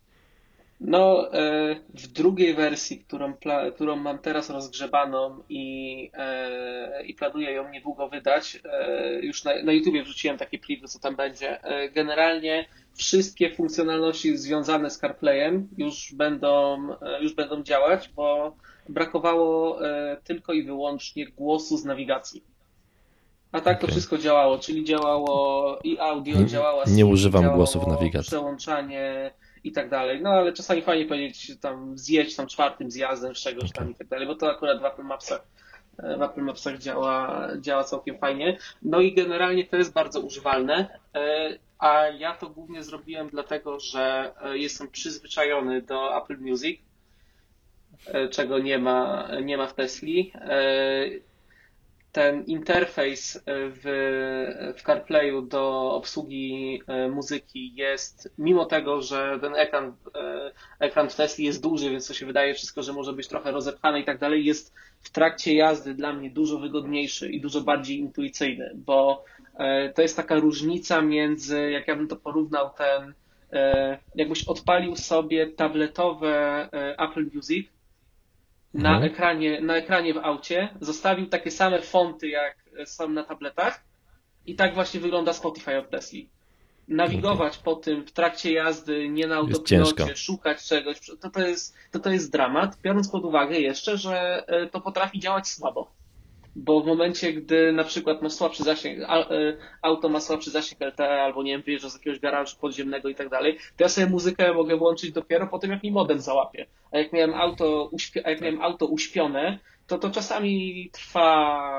Speaker 4: No, e, w drugiej wersji, którą, pla, którą mam teraz rozgrzebaną i, e, i planuję ją niedługo wydać, e, już na, na YouTubie wrzuciłem takie preview, co tam będzie. E, generalnie wszystkie funkcjonalności związane z CarPlayem już będą, e, już będą działać, bo brakowało e, tylko i wyłącznie głosu z nawigacji. A tak to
Speaker 2: Okej.
Speaker 4: wszystko działało, czyli działało i audio,
Speaker 2: Nie-
Speaker 4: działała
Speaker 2: nie
Speaker 4: Siri,
Speaker 2: używam
Speaker 4: działało
Speaker 2: głosu w nawigacji.
Speaker 4: przełączanie i tak dalej. No ale czasami fajnie powiedzieć tam zjedź tam czwartym zjazdem z czegoś tam i tak dalej, bo to akurat w Apple Mapsach w Apple Mapsach działa, działa całkiem fajnie. No i generalnie to jest bardzo używalne, e, a ja to głównie zrobiłem dlatego, że e, jestem przyzwyczajony do Apple Music, e, czego nie ma, nie ma w Tesli. E, Ten interfejs w, w CarPlayu do obsługi e, muzyki jest, mimo tego, że ten ekran, e, ekran w Tesli jest duży, więc to się wydaje wszystko, że może być trochę rozepchane i tak dalej, jest w trakcie jazdy dla mnie dużo wygodniejszy i dużo bardziej intuicyjny, bo e, to jest taka różnica między, jak ja bym to porównał, ten, e, jakbyś odpalił sobie tabletowe e, Apple Music na
Speaker 2: Mhm.
Speaker 4: ekranie, na ekranie w aucie, zostawił takie same fonty, jak są na tabletach i tak właśnie wygląda Spotify od Tesli. Nawigować po tym w trakcie jazdy, nie na
Speaker 2: ciężko.
Speaker 4: autopilocie, szukać czegoś, to to jest, to to jest dramat, biorąc pod uwagę jeszcze, że e, to potrafi działać słabo. Bo w momencie, gdy na przykład masz słabszy zasięg, a- e, auto ma słabszy zasięg L T E, albo nie wiem, wyjeżdżasz z jakiegoś garażu podziemnego i tak dalej, to ja sobie muzykę mogę włączyć dopiero po tym, jak mi modem załapie. A jak miałem auto, uśpi- a jak miałem auto uśpione, to to czasami trwa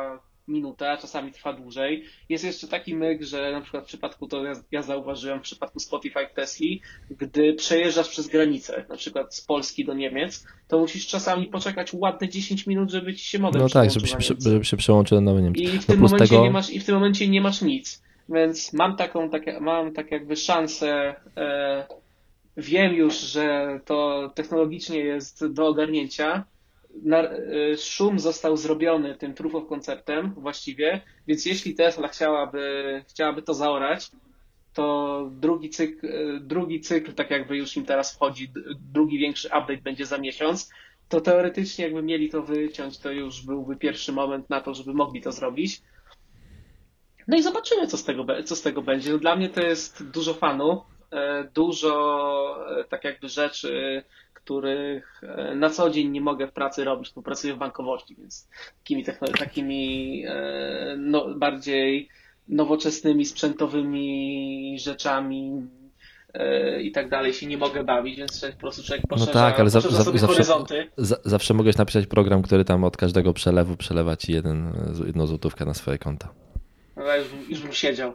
Speaker 4: minutę, a czasami trwa dłużej. Jest jeszcze taki myk, że na przykład w przypadku, to ja, ja zauważyłem w przypadku Spotify w Tesli, gdy przejeżdżasz przez granicę, na przykład z Polski do Niemiec, to musisz czasami poczekać ładne dziesięć minut, żeby ci się modem
Speaker 2: No tak, żeby
Speaker 4: przełączył
Speaker 2: się,
Speaker 4: na Niemcy.
Speaker 2: żeby się przełączył na nowy Niemiec.
Speaker 4: I w
Speaker 2: No
Speaker 4: tym
Speaker 2: plus
Speaker 4: momencie
Speaker 2: tego...
Speaker 4: nie masz, i w tym momencie nie masz nic. Więc mam taką, tak, mam tak jakby szansę, e, wiem już, że to technologicznie jest do ogarnięcia. Na, e, szum został zrobiony tym proof of conceptem właściwie, więc jeśli Tesla chciałaby, chciałaby to zaorać, to drugi cykl, e, drugi cykl, tak jakby już im teraz wchodzi, d- drugi większy update będzie za miesiąc, to teoretycznie jakby mieli to wyciąć, to już byłby pierwszy moment na to, żeby mogli to zrobić. No i zobaczymy, co z tego, be- co z tego będzie. No dla mnie to jest dużo fanu, e, dużo e, tak jakby rzeczy, których e, na co dzień nie mogę w pracy robić, bo pracuję w bankowości, więc takimi, techno- takimi e, no, bardziej nowoczesnymi, sprzętowymi rzeczami e, i tak dalej się nie mogę bawić, więc po prostu człowiek
Speaker 2: No
Speaker 4: poszerza,
Speaker 2: tak, ale za,
Speaker 4: poszerza
Speaker 2: za,
Speaker 4: sobie
Speaker 2: zawsze,
Speaker 4: horyzonty.
Speaker 2: za, zawsze mogłeś napisać program, który tam od każdego przelewu przelewa ci jeden, jedną złotówkę na swoje konta.
Speaker 4: No, ja już, już bym siedział.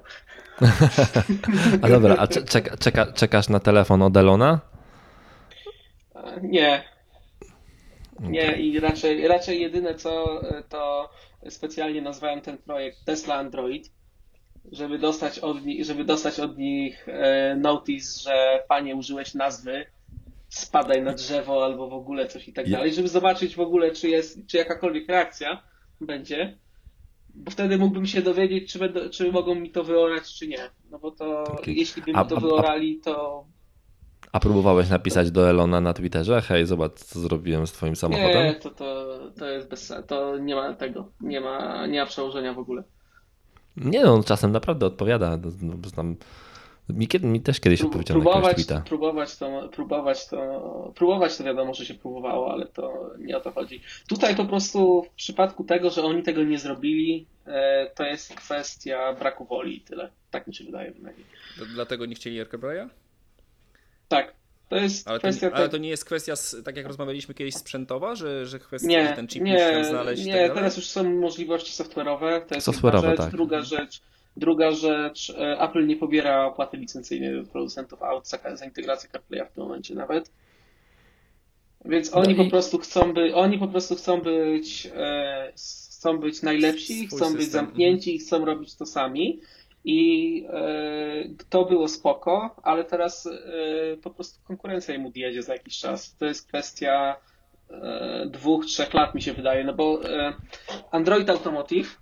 Speaker 2: A dobra, a czeka, czeka, czekasz na telefon od Elona?
Speaker 4: E, Nie, Nie, i raczej, raczej jedyne co, to specjalnie nazwałem ten projekt Tesla Android, żeby dostać od nich, żeby dostać od nich e, notice, że panie użyłeś nazwy, spadaj na drzewo albo w ogóle coś i tak
Speaker 2: Ja-
Speaker 4: dalej, żeby zobaczyć w ogóle, czy jest, czy jakakolwiek reakcja będzie, bo wtedy mógłbym się dowiedzieć, czy, będą, czy mogą mi to wyorać, czy nie. No bo to,
Speaker 2: Okej.
Speaker 4: jeśli by
Speaker 2: A-
Speaker 4: mi to
Speaker 2: a- a-
Speaker 4: wyorali, to
Speaker 2: A próbowałeś napisać do Elona na Twitterze? Hej, zobacz, co zrobiłem z twoim samochodem?
Speaker 4: nie, to, to, to jest bez sensu, to nie ma tego, nie ma, nie ma przełożenia w ogóle.
Speaker 2: Nie no, on czasem naprawdę odpowiada. No, bo tam, mi, kiedy, mi też kiedyś
Speaker 4: Prób-
Speaker 2: odpowiedział na jakiegoś
Speaker 4: próbować,
Speaker 2: tweeta.
Speaker 4: próbować to, próbować to, próbować to wiadomo, że się próbowało, ale to nie o to chodzi. Tutaj po prostu w przypadku tego, że oni tego nie zrobili, e, to jest kwestia braku woli i tyle. Tak mi się wydaje przynajmniej.
Speaker 3: D- Dlatego nie chcieli AirCarPlaya?
Speaker 4: Tak, to jest
Speaker 3: Ale to,
Speaker 4: kwestia...
Speaker 3: ale
Speaker 4: tak-
Speaker 3: to nie jest kwestia, s- tak jak rozmawialiśmy kiedyś, sprzętowa, że, że kwestia,
Speaker 4: Nie,
Speaker 3: że ten chip musi
Speaker 4: nie,
Speaker 3: tam znaleźć i
Speaker 4: nie,
Speaker 3: tak dalej?
Speaker 4: teraz już są możliwości software'owe, to jest
Speaker 2: Software'owe,
Speaker 4: jedna rzecz.
Speaker 2: tak.
Speaker 4: Druga rzecz, druga rzecz, e, Apple nie pobiera opłaty licencyjnej od producentów aut za, za integrację CarPlaya w tym momencie nawet. Więc
Speaker 2: No
Speaker 4: oni
Speaker 2: i-
Speaker 4: po prostu chcą by, oni po prostu chcą być, e, chcą być najlepsi,
Speaker 3: Swój
Speaker 4: chcą być
Speaker 3: system,
Speaker 4: zamknięci i chcą robić to sami. I e, to było spoko, ale teraz e, po prostu konkurencja im odjedzie za jakiś czas. To jest kwestia e, dwóch, trzech lat mi się wydaje, no bo e, Android Automotive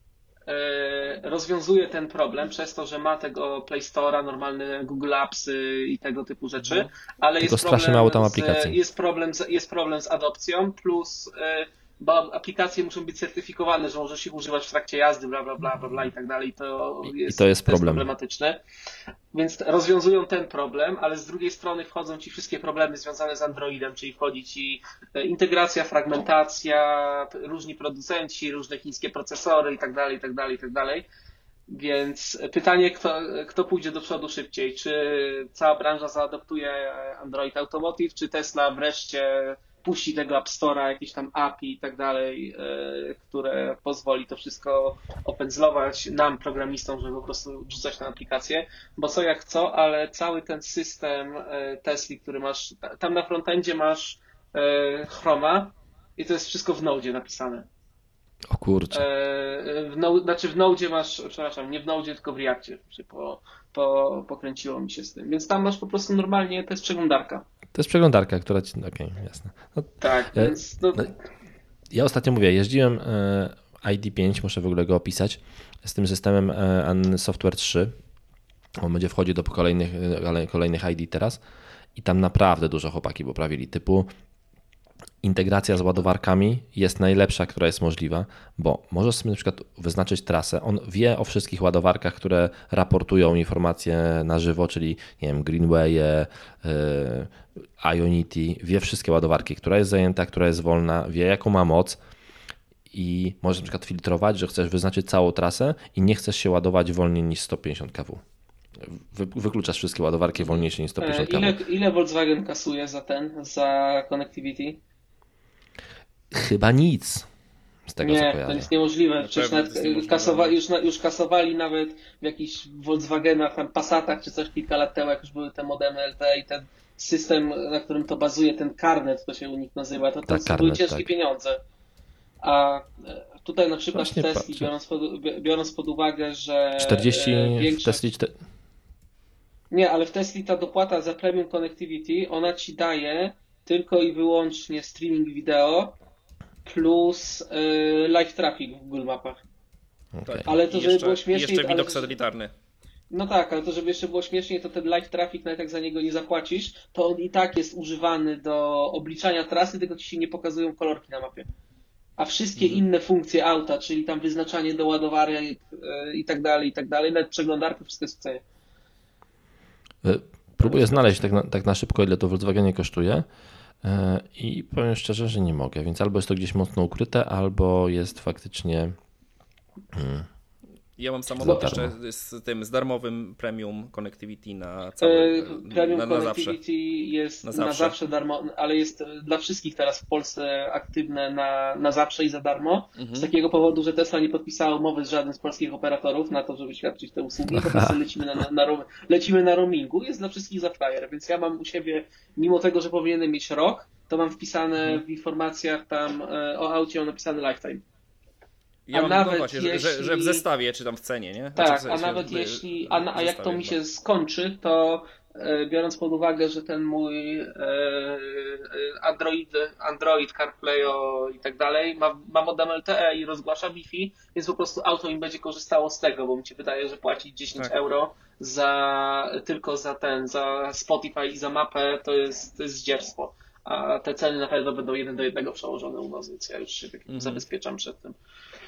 Speaker 4: e, rozwiązuje ten problem przez to, że ma tego Play Store'a, normalne Google Appsy i tego typu rzeczy, ale
Speaker 2: Tylko
Speaker 4: jest
Speaker 2: strasznie
Speaker 4: problem,
Speaker 2: mało tam
Speaker 4: z,
Speaker 2: aplikacji.
Speaker 4: jest, problem z, jest problem z adopcją, plus e, bo aplikacje muszą być certyfikowane, że możesz ich używać w trakcie jazdy, bla, bla, bla, bla, bla i tak dalej. To
Speaker 2: I- i
Speaker 4: jest,
Speaker 2: to jest problem.
Speaker 4: problematyczne. Więc rozwiązują ten problem, ale z drugiej strony wchodzą ci wszystkie problemy związane z Androidem, czyli wchodzi ci e, integracja, fragmentacja, p- różni producenci, różne chińskie procesory i tak dalej, i tak dalej, i tak dalej. Więc pytanie, kto, kto pójdzie do przodu szybciej? Czy cała branża zaadoptuje Android Automotive, czy Tesla wreszcie puści tego App Store'a, jakieś tam A P I i tak dalej, e, które pozwoli to wszystko opędzlować nam, programistom, żeby po prostu wrzucać na aplikację, bo co jak co, ale cały ten system e, Tesli, który masz, ta- tam na frontendzie masz e, Chroma i to jest wszystko w Node napisane.
Speaker 2: O kurczę.
Speaker 4: E, w Node, znaczy w Node masz, przepraszam, nie w Node, tylko w Reactie się po, po, pokręciło mi się z tym, więc tam masz po prostu normalnie, to jest przeglądarka.
Speaker 2: To jest przeglądarka, która ci... Okej, jasne. No,
Speaker 4: Tak,
Speaker 2: E,
Speaker 4: więc no,
Speaker 2: no, ja ostatnio mówię, jeździłem e, I D pięć, muszę w ogóle go opisać, z tym systemem e, An Software trzy. On będzie wchodził do kolejnych, e, kolejnych I D teraz i tam naprawdę dużo chłopaki poprawili, typu integracja z ładowarkami jest najlepsza, która jest możliwa, bo możesz sobie na przykład wyznaczyć trasę. On wie o wszystkich ładowarkach, które raportują informacje na żywo, czyli nie wiem, Greenwaye, yy, Ionity, wie wszystkie ładowarki, która jest zajęta, która jest wolna, wie jaką ma moc i możesz na przykład filtrować, że chcesz wyznaczyć całą trasę i nie chcesz się ładować wolniej niż sto pięćdziesiąt kilowattów. Wy, wykluczasz wszystkie ładowarki wolniejsze niż sto
Speaker 4: e,
Speaker 2: pięćdziesiąt
Speaker 4: ile,
Speaker 2: kilowattów.
Speaker 4: ile Volkswagen kasuje za ten, za connectivity?
Speaker 2: Chyba nic. Z tego
Speaker 4: Nie,
Speaker 2: co
Speaker 4: to
Speaker 2: kojarzę.
Speaker 4: jest niemożliwe.
Speaker 3: Na
Speaker 4: Przecież
Speaker 3: pewno
Speaker 4: nawet
Speaker 3: to jest niemożliwe,
Speaker 4: kasowa,
Speaker 3: no.
Speaker 4: już, na, już kasowali nawet w jakichś Volkswagenach, tam Passatach czy coś kilka lat temu, jak już były te modemy L T E i ten system, na którym to bazuje, ten karnet, to się u nich nazywa, to, to
Speaker 2: Tak,
Speaker 4: były
Speaker 2: karnet,
Speaker 4: ciężkie
Speaker 2: tak.
Speaker 4: pieniądze. A e, tutaj na przykład
Speaker 2: Właśnie
Speaker 4: w Tesli,
Speaker 2: patrzę.
Speaker 4: biorąc pod, biorąc pod uwagę, że
Speaker 2: czterdzieści
Speaker 4: e,
Speaker 2: w
Speaker 4: większa...
Speaker 2: Tesli... czte-
Speaker 4: Nie, ale w Tesli ta dopłata za Premium Connectivity, ona ci daje tylko i wyłącznie streaming wideo plus y, live traffic w Google Mapach.
Speaker 2: Okej.
Speaker 4: Ale to,
Speaker 3: I
Speaker 4: żeby
Speaker 3: jeszcze,
Speaker 4: było
Speaker 3: i
Speaker 4: śmieszniej,
Speaker 3: jeszcze
Speaker 4: ale-
Speaker 3: widok satelitarny.
Speaker 4: No tak, ale to żeby jeszcze było śmieszniej, to ten live traffic, nawet jak za niego nie zapłacisz, to on i tak jest używany do obliczania trasy, tylko ci się nie pokazują kolorki na mapie. A wszystkie
Speaker 3: Mhm.
Speaker 4: inne funkcje auta, czyli tam wyznaczanie doładowania i, y, i tak dalej, i tak dalej, nawet przeglądarka, wszystko jest w cenie.
Speaker 2: Y, Próbuję znaleźć tak na, tak na szybko, ile to Volkswagenie kosztuje y, i powiem szczerze, że nie mogę, więc albo jest to gdzieś mocno ukryte, albo jest faktycznie... mm,
Speaker 3: Ja mam samochód
Speaker 2: Za
Speaker 3: jeszcze
Speaker 2: darmo.
Speaker 3: z tym, z darmowym premium connectivity na cały,
Speaker 4: E, Premium
Speaker 3: na, na zawsze.
Speaker 4: Connectivity jest
Speaker 3: Na
Speaker 4: na
Speaker 3: zawsze.
Speaker 4: zawsze. darmo, ale jest dla wszystkich teraz w Polsce aktywne na, na zawsze i za darmo.
Speaker 3: Mhm.
Speaker 4: Z takiego powodu, że Tesla nie podpisała umowy z żadnym z polskich operatorów na to, żeby świadczyć te usługi. Po prostu lecimy na, na, na, roam- lecimy na roamingu. Jest dla wszystkich za flyer, więc ja mam u siebie, mimo tego, że powinienem mieć rok, to mam wpisane
Speaker 3: Mhm.
Speaker 4: w informacjach tam e, o aucie, mam napisany lifetime.
Speaker 3: Ja
Speaker 4: A
Speaker 3: mam,
Speaker 4: nawet
Speaker 3: no właśnie, że, że, że w
Speaker 4: jeśli-
Speaker 3: zestawie, czy tam w cenie, nie?
Speaker 4: Tak,
Speaker 3: Znaczy w
Speaker 4: a
Speaker 3: sensie
Speaker 4: nawet
Speaker 3: w-
Speaker 4: jeśli,
Speaker 3: w
Speaker 4: a, na- a jak to
Speaker 3: zestawie
Speaker 4: mi
Speaker 3: chyba.
Speaker 4: się skończy, to e, biorąc pod uwagę, że ten mój e, e, Android, Android CarPlay o, i tak dalej ma, ma modem L T E i rozgłasza Wi-Fi, więc po prostu auto im będzie korzystało z tego, bo mi się wydaje, że płacić dziesięć
Speaker 3: Tak.
Speaker 4: euro za, tylko za ten, za Spotify i za mapę to jest, to jest zdzierstwo. A te ceny na pewno będą jeden do jednego przełożone u nas, więc ja już się tak
Speaker 3: Mhm.
Speaker 4: zabezpieczam przed tym.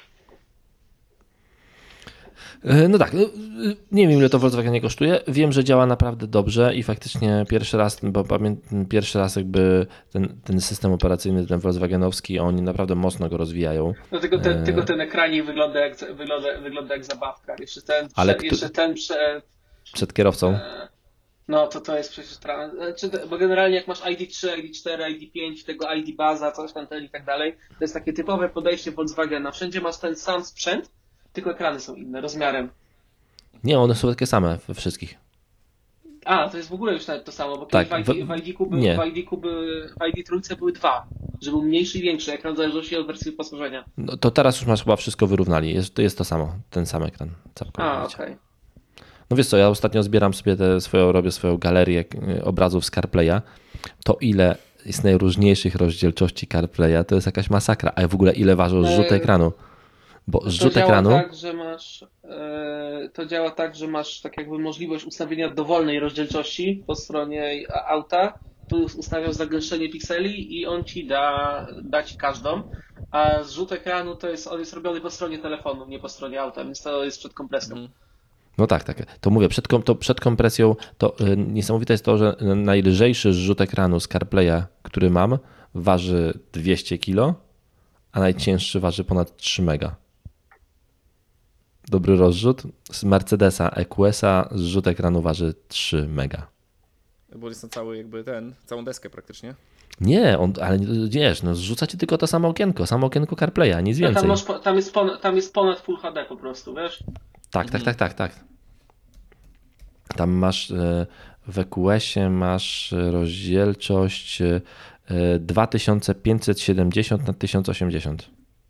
Speaker 2: Y, No tak, y, y, nie wiem ile to Volkswagenie kosztuje. Wiem, że działa naprawdę dobrze i faktycznie pierwszy raz, bo pamiętam, pierwszy raz jakby ten, ten system operacyjny, ten Volkswagenowski, oni naprawdę mocno go rozwijają.
Speaker 4: No tylko ten,
Speaker 2: Eee.
Speaker 4: tylko ten ekranik wygląda jak, wygląda, wygląda jak zabawka. Jeszcze ten,
Speaker 2: Ale
Speaker 4: prze,
Speaker 2: kto-
Speaker 4: jeszcze ten prze,
Speaker 2: Przed kierowcą.
Speaker 4: no to to jest przecież tra... znaczy, bo generalnie jak masz I D trzy, I D cztery, I D pięć, tego I D baza, coś tam ten i tak dalej, to jest takie typowe podejście Volkswagena. Wszędzie masz ten sam sprzęt, tylko ekrany są inne, rozmiarem.
Speaker 2: Nie, one są takie same we wszystkich.
Speaker 4: A, to jest w ogóle już nawet to samo, bo
Speaker 2: Tak,
Speaker 4: kiedyś w I D,
Speaker 2: w-
Speaker 4: w I D-ku były,
Speaker 2: nie.
Speaker 4: w I D-ku były, w I D trzy były dwa, że był mniejszy i większy ekran w zależności od wersji wyposażenia.
Speaker 2: No, to teraz już masz chyba wszystko wyrównali. Jest, to jest to samo, ten sam ekran.
Speaker 4: A,
Speaker 2: Całkowicie.
Speaker 4: okej.
Speaker 2: No wiesz co, ja ostatnio zbieram sobie te swoją, robię swoją galerię y, obrazów z CarPlaya. To ile jest najróżniejszych rozdzielczości CarPlaya, to jest jakaś masakra. A w ogóle ile ważą zrzut
Speaker 4: Eee,
Speaker 2: ekranu? Bo
Speaker 4: To
Speaker 2: zrzut
Speaker 4: działa
Speaker 2: ekranu...
Speaker 4: tak, że masz, e, to działa tak, że masz tak jakby możliwość ustawienia dowolnej rozdzielczości po stronie auta. Tu ustawiasz zagęszczenie pikseli i on ci da, da ci każdą. A zrzut ekranu to jest, on jest robiony po stronie telefonu, nie po stronie auta, więc to jest przed kompresją.
Speaker 3: Mhm.
Speaker 2: No tak, tak. To mówię, przed, kom- to przed kompresją to y, niesamowite jest to, że najlżejszy zrzut ekranu z CarPlaya, który mam, waży dwieście kilo, a najcięższy waży ponad trzy mega. Dobry rozrzut. Z Mercedesa E Q S-a zrzut ekranu waży trzy mega.
Speaker 3: Bo jest na cały jakby ten, całą deskę praktycznie.
Speaker 2: Nie, on, ale wiesz, no zrzuca ci tylko to samo okienko, samo okienko CarPlaya, nic
Speaker 4: No,
Speaker 2: więcej.
Speaker 4: tam, masz, po- tam, jest ponad, tam jest ponad Full H D po prostu, wiesz?
Speaker 2: Tak, tak, tak, tak, tak. Tam masz e, w E Q S-ie masz rozdzielczość e, dwa tysiące pięćset siedemdziesiąt na tysiąc osiemdziesiąt.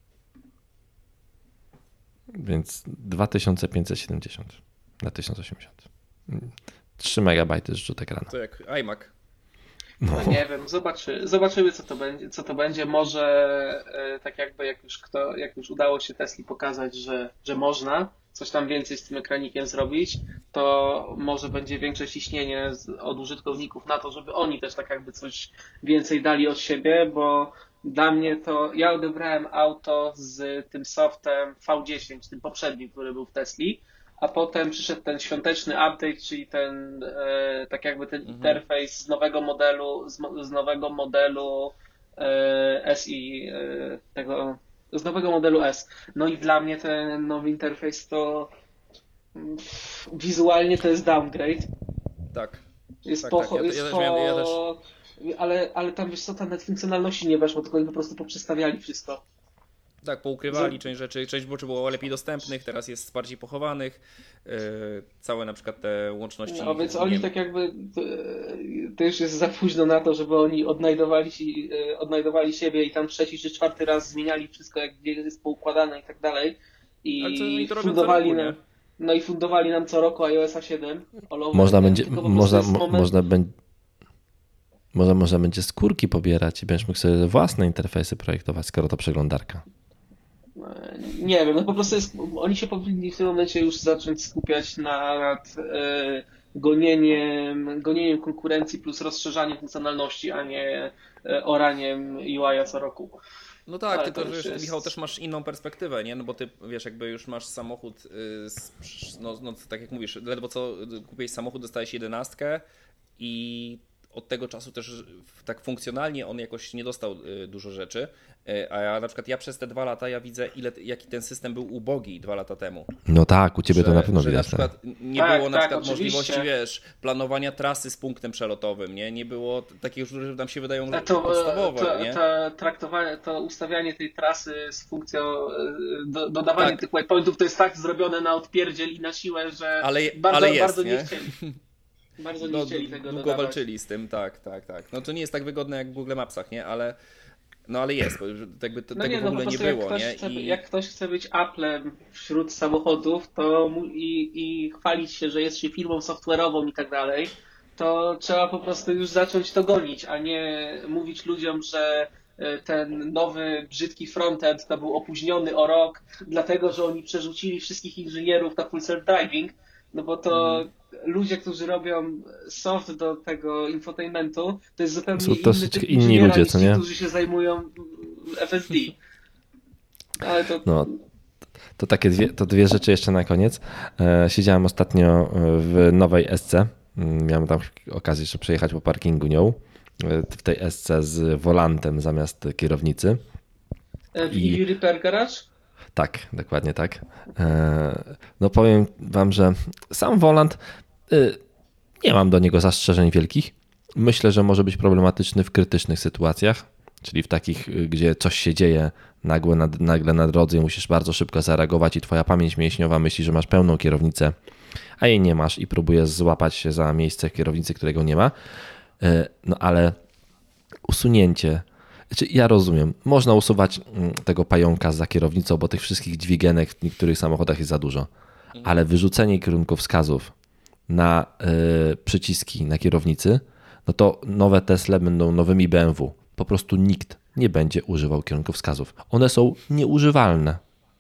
Speaker 2: Więc dwa tysiące pięćset siedemdziesiąt na tysiąc osiemdziesiąt. trzy megabajty zrzut ekranu.
Speaker 3: To jak iMac.
Speaker 4: No nie wiem, zobaczy, zobaczymy co to będzie, co to będzie. Może e, tak jakby jak już kto, jak już udało się Tesli pokazać, że, że można coś tam więcej z tym ekranikiem zrobić, to może będzie większe ciśnienie z, od użytkowników na to, żeby oni też tak jakby coś więcej dali od siebie, bo dla mnie to, ja odebrałem auto z tym softem V dziesięć, tym poprzednim, który był w Tesli, a potem przyszedł ten świąteczny update, czyli ten e, tak jakby ten
Speaker 3: Mhm.
Speaker 4: interfejs z nowego modelu, z, mo- z nowego modelu e, S i e, tego, z nowego modelu S. No i dla mnie ten nowy interfejs to mm, wizualnie to jest downgrade.
Speaker 3: Tak.
Speaker 4: Jest
Speaker 3: Tak,
Speaker 4: po,
Speaker 3: tak, ja-
Speaker 4: jest
Speaker 3: ja też
Speaker 4: po,
Speaker 3: miałem- ja też-
Speaker 4: ale, ale tam wiesz co, tam nawet funkcjonalności nie weszło, tylko oni po prostu poprzestawiali wszystko.
Speaker 3: Tak, poukrywali część rzeczy, część rzeczy było lepiej dostępnych, teraz jest bardziej pochowanych. Yy, całe na przykład te łączności.
Speaker 4: No więc
Speaker 3: nie
Speaker 4: oni
Speaker 3: wiem.
Speaker 4: tak jakby, to, to już jest za późno na to, żeby oni odnajdowali, odnajdowali siebie i tam trzeci czy czwarty raz zmieniali wszystko, jak gdzie jest poukładane i tak dalej.
Speaker 3: Ale co, oni
Speaker 4: I
Speaker 3: to robią co
Speaker 4: fundowali
Speaker 3: roku,
Speaker 4: nam,
Speaker 3: nie?
Speaker 4: no i fundowali nam co roku iOS siedem. Olowe,
Speaker 2: Można będzie,
Speaker 4: tylko po prostu
Speaker 2: można,
Speaker 4: jest
Speaker 2: mo-
Speaker 4: moment-
Speaker 2: można będzie, może, można będzie skórki pobierać i będziesz mógł sobie własne interfejsy projektować, skoro to przeglądarka.
Speaker 4: Nie wiem, no po prostu jest, oni się powinni w tym momencie już zacząć skupiać nad e, gonieniem, gonieniem konkurencji plus rozszerzaniem funkcjonalności, a nie e, oraniem U I co roku.
Speaker 3: No tak,
Speaker 4: Ale
Speaker 3: tylko
Speaker 4: to
Speaker 3: że
Speaker 4: już
Speaker 3: wiesz,
Speaker 4: jest-
Speaker 3: Michał, też masz inną perspektywę, nie? No bo ty wiesz, jakby już masz samochód, y, z, no, no tak jak mówisz, ledwo co kupiłeś samochód, dostałeś jedenastkę i od tego czasu też tak funkcjonalnie on jakoś nie dostał y, dużo rzeczy, y, a ja na przykład ja przez te dwa lata ja widzę ile, jaki ten system był ubogi dwa lata temu.
Speaker 2: No tak, u ciebie to
Speaker 3: Że-
Speaker 2: na pewno
Speaker 3: że
Speaker 2: widać.
Speaker 3: na przykład nie
Speaker 4: Tak,
Speaker 3: było na
Speaker 4: tak,
Speaker 3: przykład
Speaker 4: oczywiście.
Speaker 3: możliwości, wiesz, planowania trasy z punktem przelotowym, nie? Nie było t- takich rzeczy, że nam się wydają
Speaker 4: A to,
Speaker 3: podstawowe,
Speaker 4: to,
Speaker 3: nie?
Speaker 4: to traktowanie, to ustawianie tej trasy z funkcją, e, do, dodawanie
Speaker 3: Tak.
Speaker 4: tych waypointów to jest tak zrobione na odpierdziel i na siłę, że
Speaker 3: Ale-
Speaker 4: bardzo,
Speaker 3: ale jest,
Speaker 4: bardzo nie,
Speaker 3: nie?
Speaker 4: chcieli. Bardzo nie
Speaker 3: No,
Speaker 4: chcieli tego
Speaker 3: długo
Speaker 4: dodawać.
Speaker 3: walczyli z tym, tak, tak, tak. No to nie jest tak wygodne jak w Google Mapsach, nie? Ale no ale jest, bo że jakby to,
Speaker 4: No
Speaker 3: tego
Speaker 4: nie,
Speaker 3: w
Speaker 4: no
Speaker 3: ogóle
Speaker 4: po
Speaker 3: nie
Speaker 4: prostu jak
Speaker 3: było,
Speaker 4: ktoś,
Speaker 3: nie?
Speaker 4: chce,
Speaker 3: I
Speaker 4: jak ktoś chce być Applem wśród samochodów to mu, i, i chwalić się, że jest się firmą software'ową i tak dalej, to trzeba po prostu już zacząć to gonić, a nie mówić ludziom, że e, ten nowy, brzydki frontend to był opóźniony o rok, dlatego, że oni przerzucili wszystkich inżynierów na full self-driving, no bo to
Speaker 3: Mhm.
Speaker 4: ludzie, którzy robią soft do tego infotainmentu, to jest zupełnie
Speaker 2: Są
Speaker 4: inny
Speaker 2: dosyć
Speaker 4: typ
Speaker 2: inni
Speaker 4: inżyniera
Speaker 2: ludzie,
Speaker 4: niż
Speaker 2: co
Speaker 4: ci,
Speaker 2: nie?
Speaker 4: którzy się zajmują F S D. Ale to...
Speaker 2: No, to takie dwie, to dwie rzeczy jeszcze na koniec. E, siedziałem ostatnio w nowej S C. Miałem tam okazję jeszcze przejechać po parkingu nią. E, W tej S C z wolantem zamiast kierownicy.
Speaker 4: W
Speaker 2: I-
Speaker 4: I... Repair Garage?
Speaker 2: Tak, dokładnie tak. E, No powiem wam, że sam wolant, y, nie mam do niego zastrzeżeń wielkich. Myślę, że może być problematyczny w krytycznych sytuacjach, czyli w takich, y, gdzie coś się dzieje nagle na, nagle na drodze i musisz bardzo szybko zareagować i twoja pamięć mięśniowa myśli, że masz pełną kierownicę, a jej nie masz i próbujesz złapać się za miejsce kierownicy, którego nie ma. E, No ale usunięcie. Znaczy, ja rozumiem, można usuwać mm, tego pająka za kierownicą, bo tych wszystkich dźwigenek w niektórych samochodach jest za dużo, ale wyrzucenie kierunkowskazów na y, przyciski na kierownicy, no to nowe Tesla będą nowymi B M W. Po prostu nikt nie będzie używał kierunkowskazów. One są nieużywalne.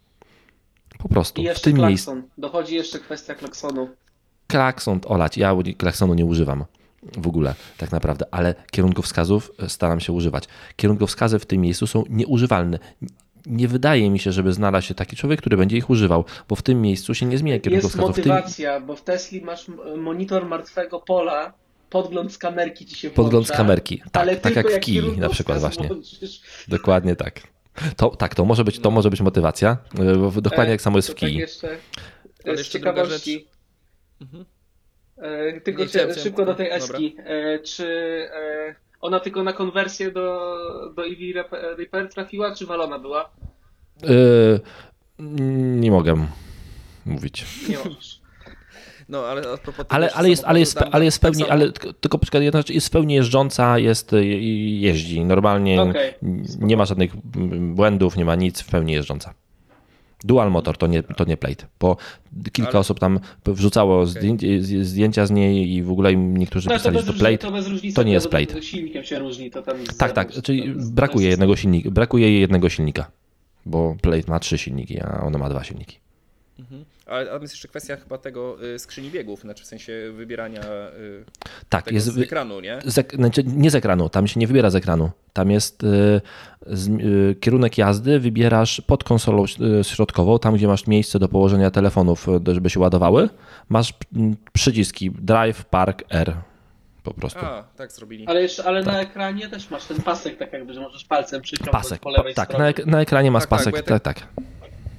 Speaker 2: Po prostu
Speaker 4: I
Speaker 2: w
Speaker 4: jeszcze
Speaker 2: tym miejscu.
Speaker 4: klakson. Dochodzi jeszcze kwestia klaksonu.
Speaker 2: Klakson olać. Ja klaksonu nie używam w ogóle tak naprawdę, ale kierunkowskazów staram się używać. Kierunkowskazy w tym miejscu są nieużywalne. Nie wydaje mi się, żeby znalazł się taki człowiek, który będzie ich używał, bo w tym miejscu się nie zmienia
Speaker 4: Jest
Speaker 2: kierunkowskazów. W tym
Speaker 4: motywacja, bo w Tesli masz m- monitor martwego pola, podgląd z kamerki ci się
Speaker 2: podgląd z
Speaker 4: włącza,
Speaker 2: kamerki. Tak,
Speaker 4: ale
Speaker 2: tak
Speaker 4: tylko
Speaker 2: jak w Kii na
Speaker 4: kierunkowskaz
Speaker 2: przykład właśnie.
Speaker 4: włączysz.
Speaker 2: Dokładnie tak. To, tak, to może być, to może być motywacja. Bo dokładnie
Speaker 4: E,
Speaker 2: jak samo jest
Speaker 4: to
Speaker 2: w
Speaker 4: tak
Speaker 2: Kii.
Speaker 4: jeszcze,
Speaker 3: Ale
Speaker 4: z
Speaker 3: jeszcze druga
Speaker 4: ciekawości.
Speaker 3: Mhm.
Speaker 4: E, tylko
Speaker 3: Nie, chciałem-
Speaker 4: się,
Speaker 3: chciałem-
Speaker 4: szybko do tej
Speaker 3: dobra.
Speaker 4: Eski. E, czy e, ona tylko na konwersję do, do E V Repair- Repair trafiła, czy walona była?
Speaker 2: Yy, nie mogę mówić.
Speaker 4: Nie możesz.
Speaker 3: No, ale a propos tego
Speaker 2: Ale,
Speaker 3: jeszcze
Speaker 2: ale, jest, ale, jest,
Speaker 3: samochodu,
Speaker 2: ale jest w
Speaker 3: tak
Speaker 2: pełni,
Speaker 3: samo-
Speaker 2: ale tylko tylko przykład, jedna rzecz, jest w pełni jeżdżąca, jest, je- jeździ normalnie,
Speaker 4: Okej,
Speaker 2: nie ma żadnych błędów, nie ma nic, w pełni jeżdżąca. Dual motor to nie, to nie plate, bo kilka
Speaker 3: Ale-
Speaker 2: osób tam wrzucało zdjęcia, zdjęcia z niej i w ogóle im niektórzy
Speaker 4: No,
Speaker 2: pisali,
Speaker 4: bez
Speaker 2: że to
Speaker 4: różnicy,
Speaker 2: plate.
Speaker 4: to bez różnicy,
Speaker 2: to nie jest
Speaker 4: to
Speaker 2: plate.
Speaker 4: Silnikiem się różni, to tam z
Speaker 2: Tak, tak,
Speaker 4: zewnątrz,
Speaker 2: czyli
Speaker 4: to jest-
Speaker 2: brakuje
Speaker 4: to jest-
Speaker 2: jednego silnika, brakuje jej jednego silnika, bo plate ma trzy silniki, a ona ma dwa silniki.
Speaker 3: Mhm. Ale tam jest jeszcze kwestia chyba tego y, skrzyni biegów, znaczy w sensie wybierania y,
Speaker 2: Tak,
Speaker 3: tego
Speaker 2: jest
Speaker 3: z ekranu, nie?
Speaker 2: Z, ek- znaczy nie z ekranu, tam się nie wybiera z ekranu. Tam jest y, z, y, kierunek jazdy, wybierasz pod konsolą y, środkową, tam gdzie masz miejsce do położenia telefonów, y, żeby się ładowały, masz mm, przyciski Drive, Park, R po prostu.
Speaker 3: A, tak zrobili.
Speaker 4: Ale, jeszcze, ale na ekranie też masz ten pasek, tak jakby, że możesz palcem przyciągnąć
Speaker 2: Pasek,
Speaker 4: po lewej
Speaker 2: tak,
Speaker 4: stronie.
Speaker 2: na, ek- na ekranie masz
Speaker 3: Tak, tak,
Speaker 2: pasek,
Speaker 3: bo ja
Speaker 2: tak,
Speaker 3: tak-
Speaker 2: tak.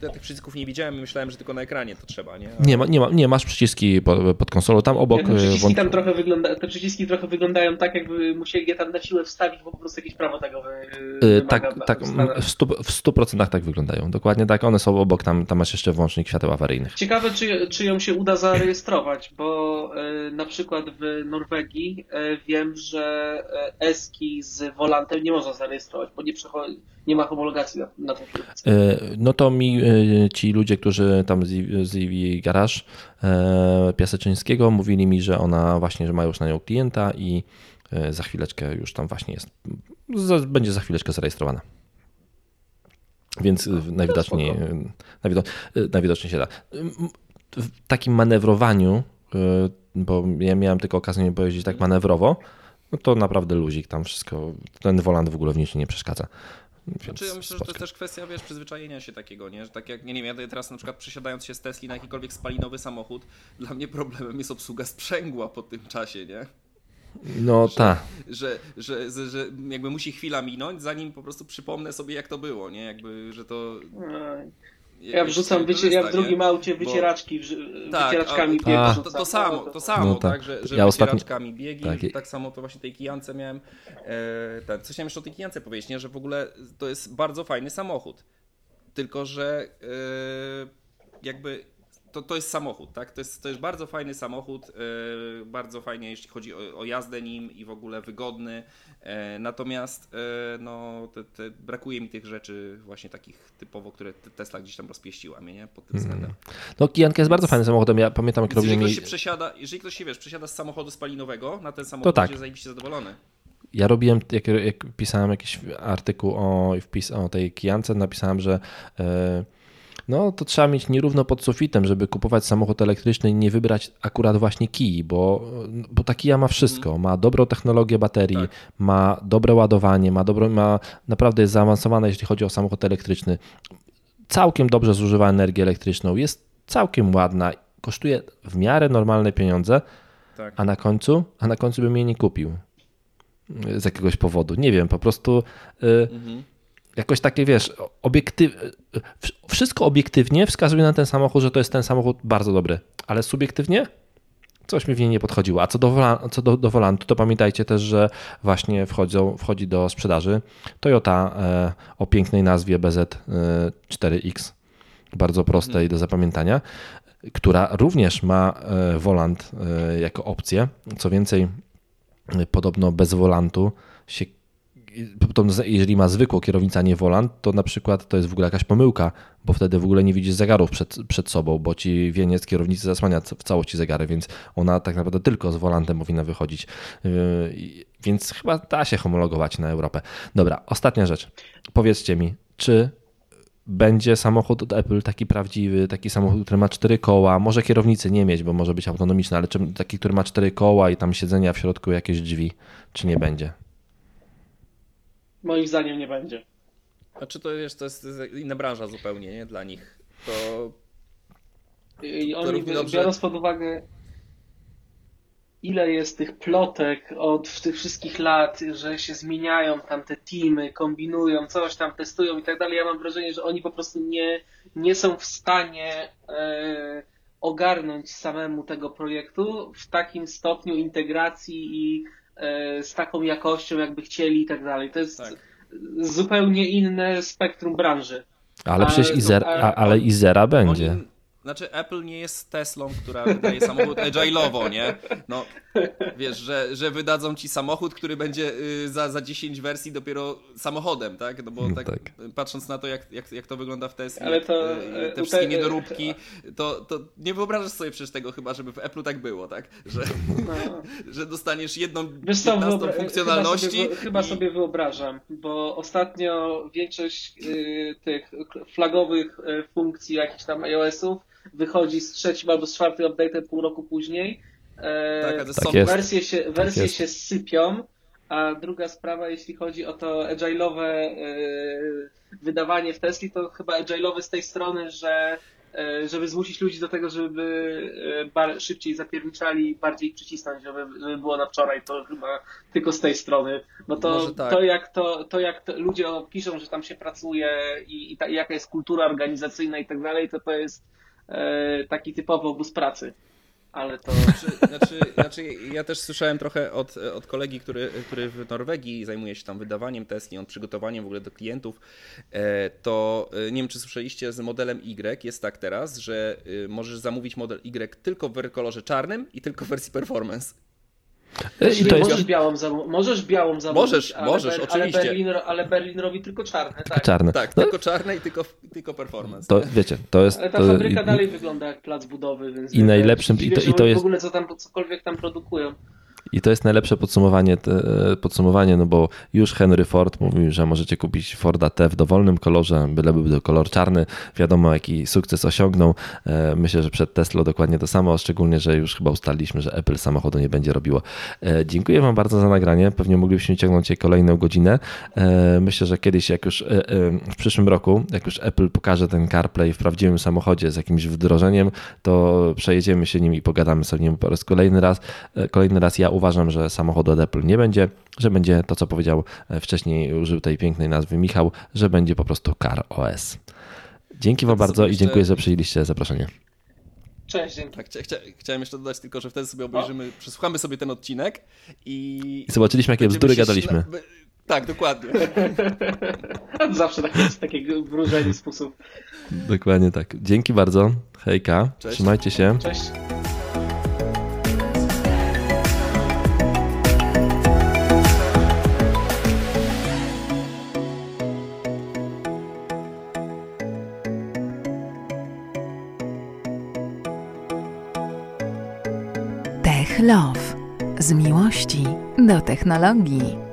Speaker 3: ja tych przycisków nie widziałem i myślałem, że tylko na ekranie to trzeba, nie?
Speaker 2: Nie, ma, nie, ma, nie masz przyciski pod, pod konsolą, tam obok...
Speaker 4: Ja, te, przyciski
Speaker 2: wąt...
Speaker 4: tam trochę wygląda, te przyciski trochę wyglądają tak, jakby musieli je tam na siłę wstawić, bo po prostu jakieś prawo tego wy,
Speaker 2: yy,
Speaker 4: wymaga.
Speaker 2: Tak, tak w, stu, w stu procentach tak wyglądają. Dokładnie tak, one są obok, tam, tam masz jeszcze włącznik świateł awaryjnych.
Speaker 4: Ciekawe, czy, czy ją się uda zarejestrować, bo y, na przykład w Norwegii y, wiem, że y, eski z volantem nie można zarejestrować, bo nie, przechodzi, nie ma homologacji na, na tą aplikację.
Speaker 2: Yy, no to mi yy, ci ludzie, którzy tam z, z E V Garage yy, Piaseczyńskiego mówili mi, że ona właśnie, że mają już na nią klienta i yy, za chwileczkę już tam właśnie jest, z, będzie za chwileczkę zarejestrowana. Więc no, najwidoczniej, najwidoczniej, najwidoczniej się da. W takim manewrowaniu, bo ja miałem tylko okazję pojeździć tak manewrowo, no to naprawdę luzik tam wszystko, ten wolant w ogóle w niczym nie przeszkadza. Więc
Speaker 3: znaczy ja myślę, że to jest też kwestia, wiesz, przyzwyczajenia się takiego, nie? Że tak jak, nie, nie wiem, ja teraz na przykład przesiadając się z Tesli na jakikolwiek spalinowy samochód, dla mnie problemem jest obsługa sprzęgła po tym czasie, nie?
Speaker 2: No tak.
Speaker 3: Że, że, że, że jakby musi chwila minąć, zanim po prostu przypomnę sobie, jak to było, nie? Jakby, że to...
Speaker 4: Ja wrzucam, wycie, ja w drugim aucie wycieraczki, bo...
Speaker 3: tak,
Speaker 4: wycieraczkami
Speaker 3: a,
Speaker 4: biegi.
Speaker 3: a, to, to samo, to samo,
Speaker 2: no
Speaker 3: tak,
Speaker 2: tak,
Speaker 3: że, że
Speaker 2: ja
Speaker 3: wycieraczkami
Speaker 2: ostatni...
Speaker 3: biegi,
Speaker 2: tak.
Speaker 3: tak samo to właśnie tej Kijance miałem. E, tak, coś chciałem jeszcze o tej Kijance powiedzieć, nie? Że w ogóle to jest bardzo fajny samochód, tylko że e, jakby to, to jest samochód, tak? To jest, to jest bardzo fajny samochód, e, bardzo fajnie jeśli chodzi o, o jazdę nim i w ogóle wygodny, e, natomiast e, no, te, te, brakuje mi tych rzeczy właśnie takich typowo, które Tesla gdzieś tam rozpieściła mnie, nie? Pod tym względem.
Speaker 2: Mm. No Kijanka jest bardzo fajnym samochodem, ja pamiętam jak robiłem...
Speaker 3: Jeżeli ktoś
Speaker 2: jej...
Speaker 3: się przesiada, jeżeli ktoś się, wiesz, przesiada z samochodu spalinowego na ten samochód,
Speaker 2: to tak.
Speaker 3: będzie zajebiście zadowolony.
Speaker 2: Ja robiłem, jak, jak pisałem jakiś artykuł o, wpis, o tej Kijance, napisałem, że yy, no to trzeba mieć nierówno pod sufitem, żeby kupować samochód elektryczny i nie wybrać akurat właśnie Kii, bo, bo ta Kia ma wszystko. Mm. Ma dobrą technologię baterii, tak. ma dobre ładowanie, ma, dobro, ma naprawdę jest zaawansowane, jeśli chodzi o samochód elektryczny. Całkiem dobrze zużywa energię elektryczną, jest całkiem ładna, kosztuje w miarę normalne pieniądze, tak. a na końcu, a na końcu bym jej nie kupił. Z jakiegoś powodu. Nie wiem, po prostu y, mhm. jakoś takie, wiesz, obiektyw... wszystko obiektywnie wskazuje na ten samochód, że to jest ten samochód bardzo dobry, ale subiektywnie coś mi w niej nie podchodziło. A co do, wola... co do, do volantu, to pamiętajcie też, że właśnie wchodzą, wchodzi do sprzedaży Toyota e, o pięknej nazwie B Z cztery X, bardzo prostej mhm. do zapamiętania, która również ma e, volant e, jako opcję. Co więcej, podobno bez volantu się, podobno jeżeli ma zwykłą kierownicę, a nie volant, to na przykład to jest w ogóle jakaś pomyłka, bo wtedy w ogóle nie widzisz zegarów przed, przed sobą, bo ci wieniec kierownicy zasłania w całości zegary, więc ona tak naprawdę tylko z volantem powinna wychodzić. Yy, więc chyba da się homologować na Europę. Dobra, ostatnia rzecz. Powiedzcie mi, czy będzie samochód od Apple taki prawdziwy, taki samochód, który ma cztery koła, może kierownicy nie mieć, bo może być autonomiczny, ale czy taki, który ma cztery koła i tam siedzenia w środku jakieś drzwi, czy nie będzie?
Speaker 4: Moim zdaniem nie będzie.
Speaker 3: Znaczy to, wiesz, to jest inna branża zupełnie, nie? Dla nich. To...
Speaker 4: I oni, to biorąc pod uwagę, ile jest tych plotek od tych wszystkich lat, że się zmieniają tam te teamy, kombinują, coś tam testują i tak dalej. Ja mam wrażenie, że oni po prostu nie, nie są w stanie e, ogarnąć samemu tego projektu w takim stopniu integracji i e, z taką jakością, jakby chcieli i tak dalej. To jest tak. zupełnie inne spektrum branży.
Speaker 2: Ale przecież Izera, a, ale Izera będzie.
Speaker 3: Oni... Znaczy Apple nie jest Teslą, która wydaje samochód agile'owo, nie? No, wiesz, że, że wydadzą ci samochód, który będzie za, za dziesięć wersji dopiero samochodem, tak? No bo tak, tak. patrząc na to, jak, jak, jak to wygląda w Tesli, ale to, te te wszystkie niedoróbki, to, to nie wyobrażasz sobie przecież tego chyba, żeby w Apple'u tak było, tak? Że, no. że dostaniesz jedną piętnastą funkcjonalności.
Speaker 4: Chyba sobie, chyba sobie wyobrażam, bo ostatnio większość y, tych flagowych y, funkcji jakichś tam iOS-ów wychodzi z trzecim albo z czwartym update'em pół roku później. E,
Speaker 3: tak, a
Speaker 2: tak
Speaker 4: wersje się, wersje tak się sypią, a druga sprawa, jeśli chodzi o to agile'owe e, wydawanie w Tesli, to chyba agile'owe z tej strony, że żeby zmusić ludzi do tego, żeby bar- szybciej zapierniczali, bardziej ich przycisnąć, żeby, żeby było na wczoraj, to chyba tylko z tej strony. Bo to,
Speaker 3: Może tak.
Speaker 4: to jak, to, to jak to ludzie piszą, że tam się pracuje i, i, ta, i jaka jest kultura organizacyjna i tak dalej, to to jest e, taki typowy obóz pracy. Ale to...
Speaker 3: Znaczy, znaczy, znaczy ja też słyszałem trochę od, od kolegi, który, który w Norwegii zajmuje się tam wydawaniem Tesli, on przygotowaniem w ogóle do klientów, to nie wiem, czy słyszeliście, z modelem Y jest tak teraz, że możesz zamówić model Y tylko w kolorze czarnym i tylko w wersji performance.
Speaker 4: I to jest... Możesz białą, zam... możesz białą zamówić,
Speaker 3: możesz,
Speaker 4: ale,
Speaker 3: możesz,
Speaker 4: Ber...
Speaker 3: oczywiście.
Speaker 4: ale, Berlin, ale Berlin robi tylko czarne.
Speaker 2: Tylko
Speaker 4: tak,
Speaker 2: czarne.
Speaker 3: tak
Speaker 2: no.
Speaker 3: tylko czarne i tylko, tylko performance.
Speaker 2: To wiecie, to jest...
Speaker 4: Ale ta
Speaker 2: to...
Speaker 4: fabryka dalej wygląda jak plac budowy, więc
Speaker 2: i najlepszym...
Speaker 4: dziwię,
Speaker 2: I to, i to jest...
Speaker 4: w ogóle co tam, cokolwiek tam produkują.
Speaker 2: I to jest najlepsze podsumowanie, te, podsumowanie, no bo już Henry Ford mówił, że możecie kupić Forda T w dowolnym kolorze, byleby był kolor czarny. Wiadomo, jaki sukces osiągnął. Myślę, że przed Teslą dokładnie to samo, szczególnie, że już chyba ustaliliśmy, że Apple samochodu nie będzie robiło. Dziękuję wam bardzo za nagranie. Pewnie moglibyśmy ciągnąć je kolejną godzinę. Myślę, że kiedyś, jak już w przyszłym roku, jak już Apple pokaże ten CarPlay w prawdziwym samochodzie z jakimś wdrożeniem, to przejedziemy się nim i pogadamy sobie nim po raz kolejny raz. Kolejny raz ja uważam, że samochodu od Apple nie będzie, że będzie to, co powiedział wcześniej, użył tej pięknej nazwy Michał, że będzie po prostu CarOS. Dzięki wam bardzo i dziękuję, że przyjęliście zaproszenie.
Speaker 4: Cześć, dzięki.
Speaker 3: Tak, chcia, chciałem jeszcze dodać tylko, że wtedy sobie obejrzymy, no. przesłuchamy sobie ten odcinek i...
Speaker 2: I zobaczyliśmy, jakie bzdury gadaliśmy.
Speaker 3: Śna... Tak, dokładnie.
Speaker 4: Zawsze tak jest, taki wróżeni sposób.
Speaker 2: Dokładnie tak. Dzięki bardzo. Hejka.
Speaker 3: Cześć.
Speaker 2: Trzymajcie się.
Speaker 4: Cześć.
Speaker 1: Tech Love. Z miłości do technologii.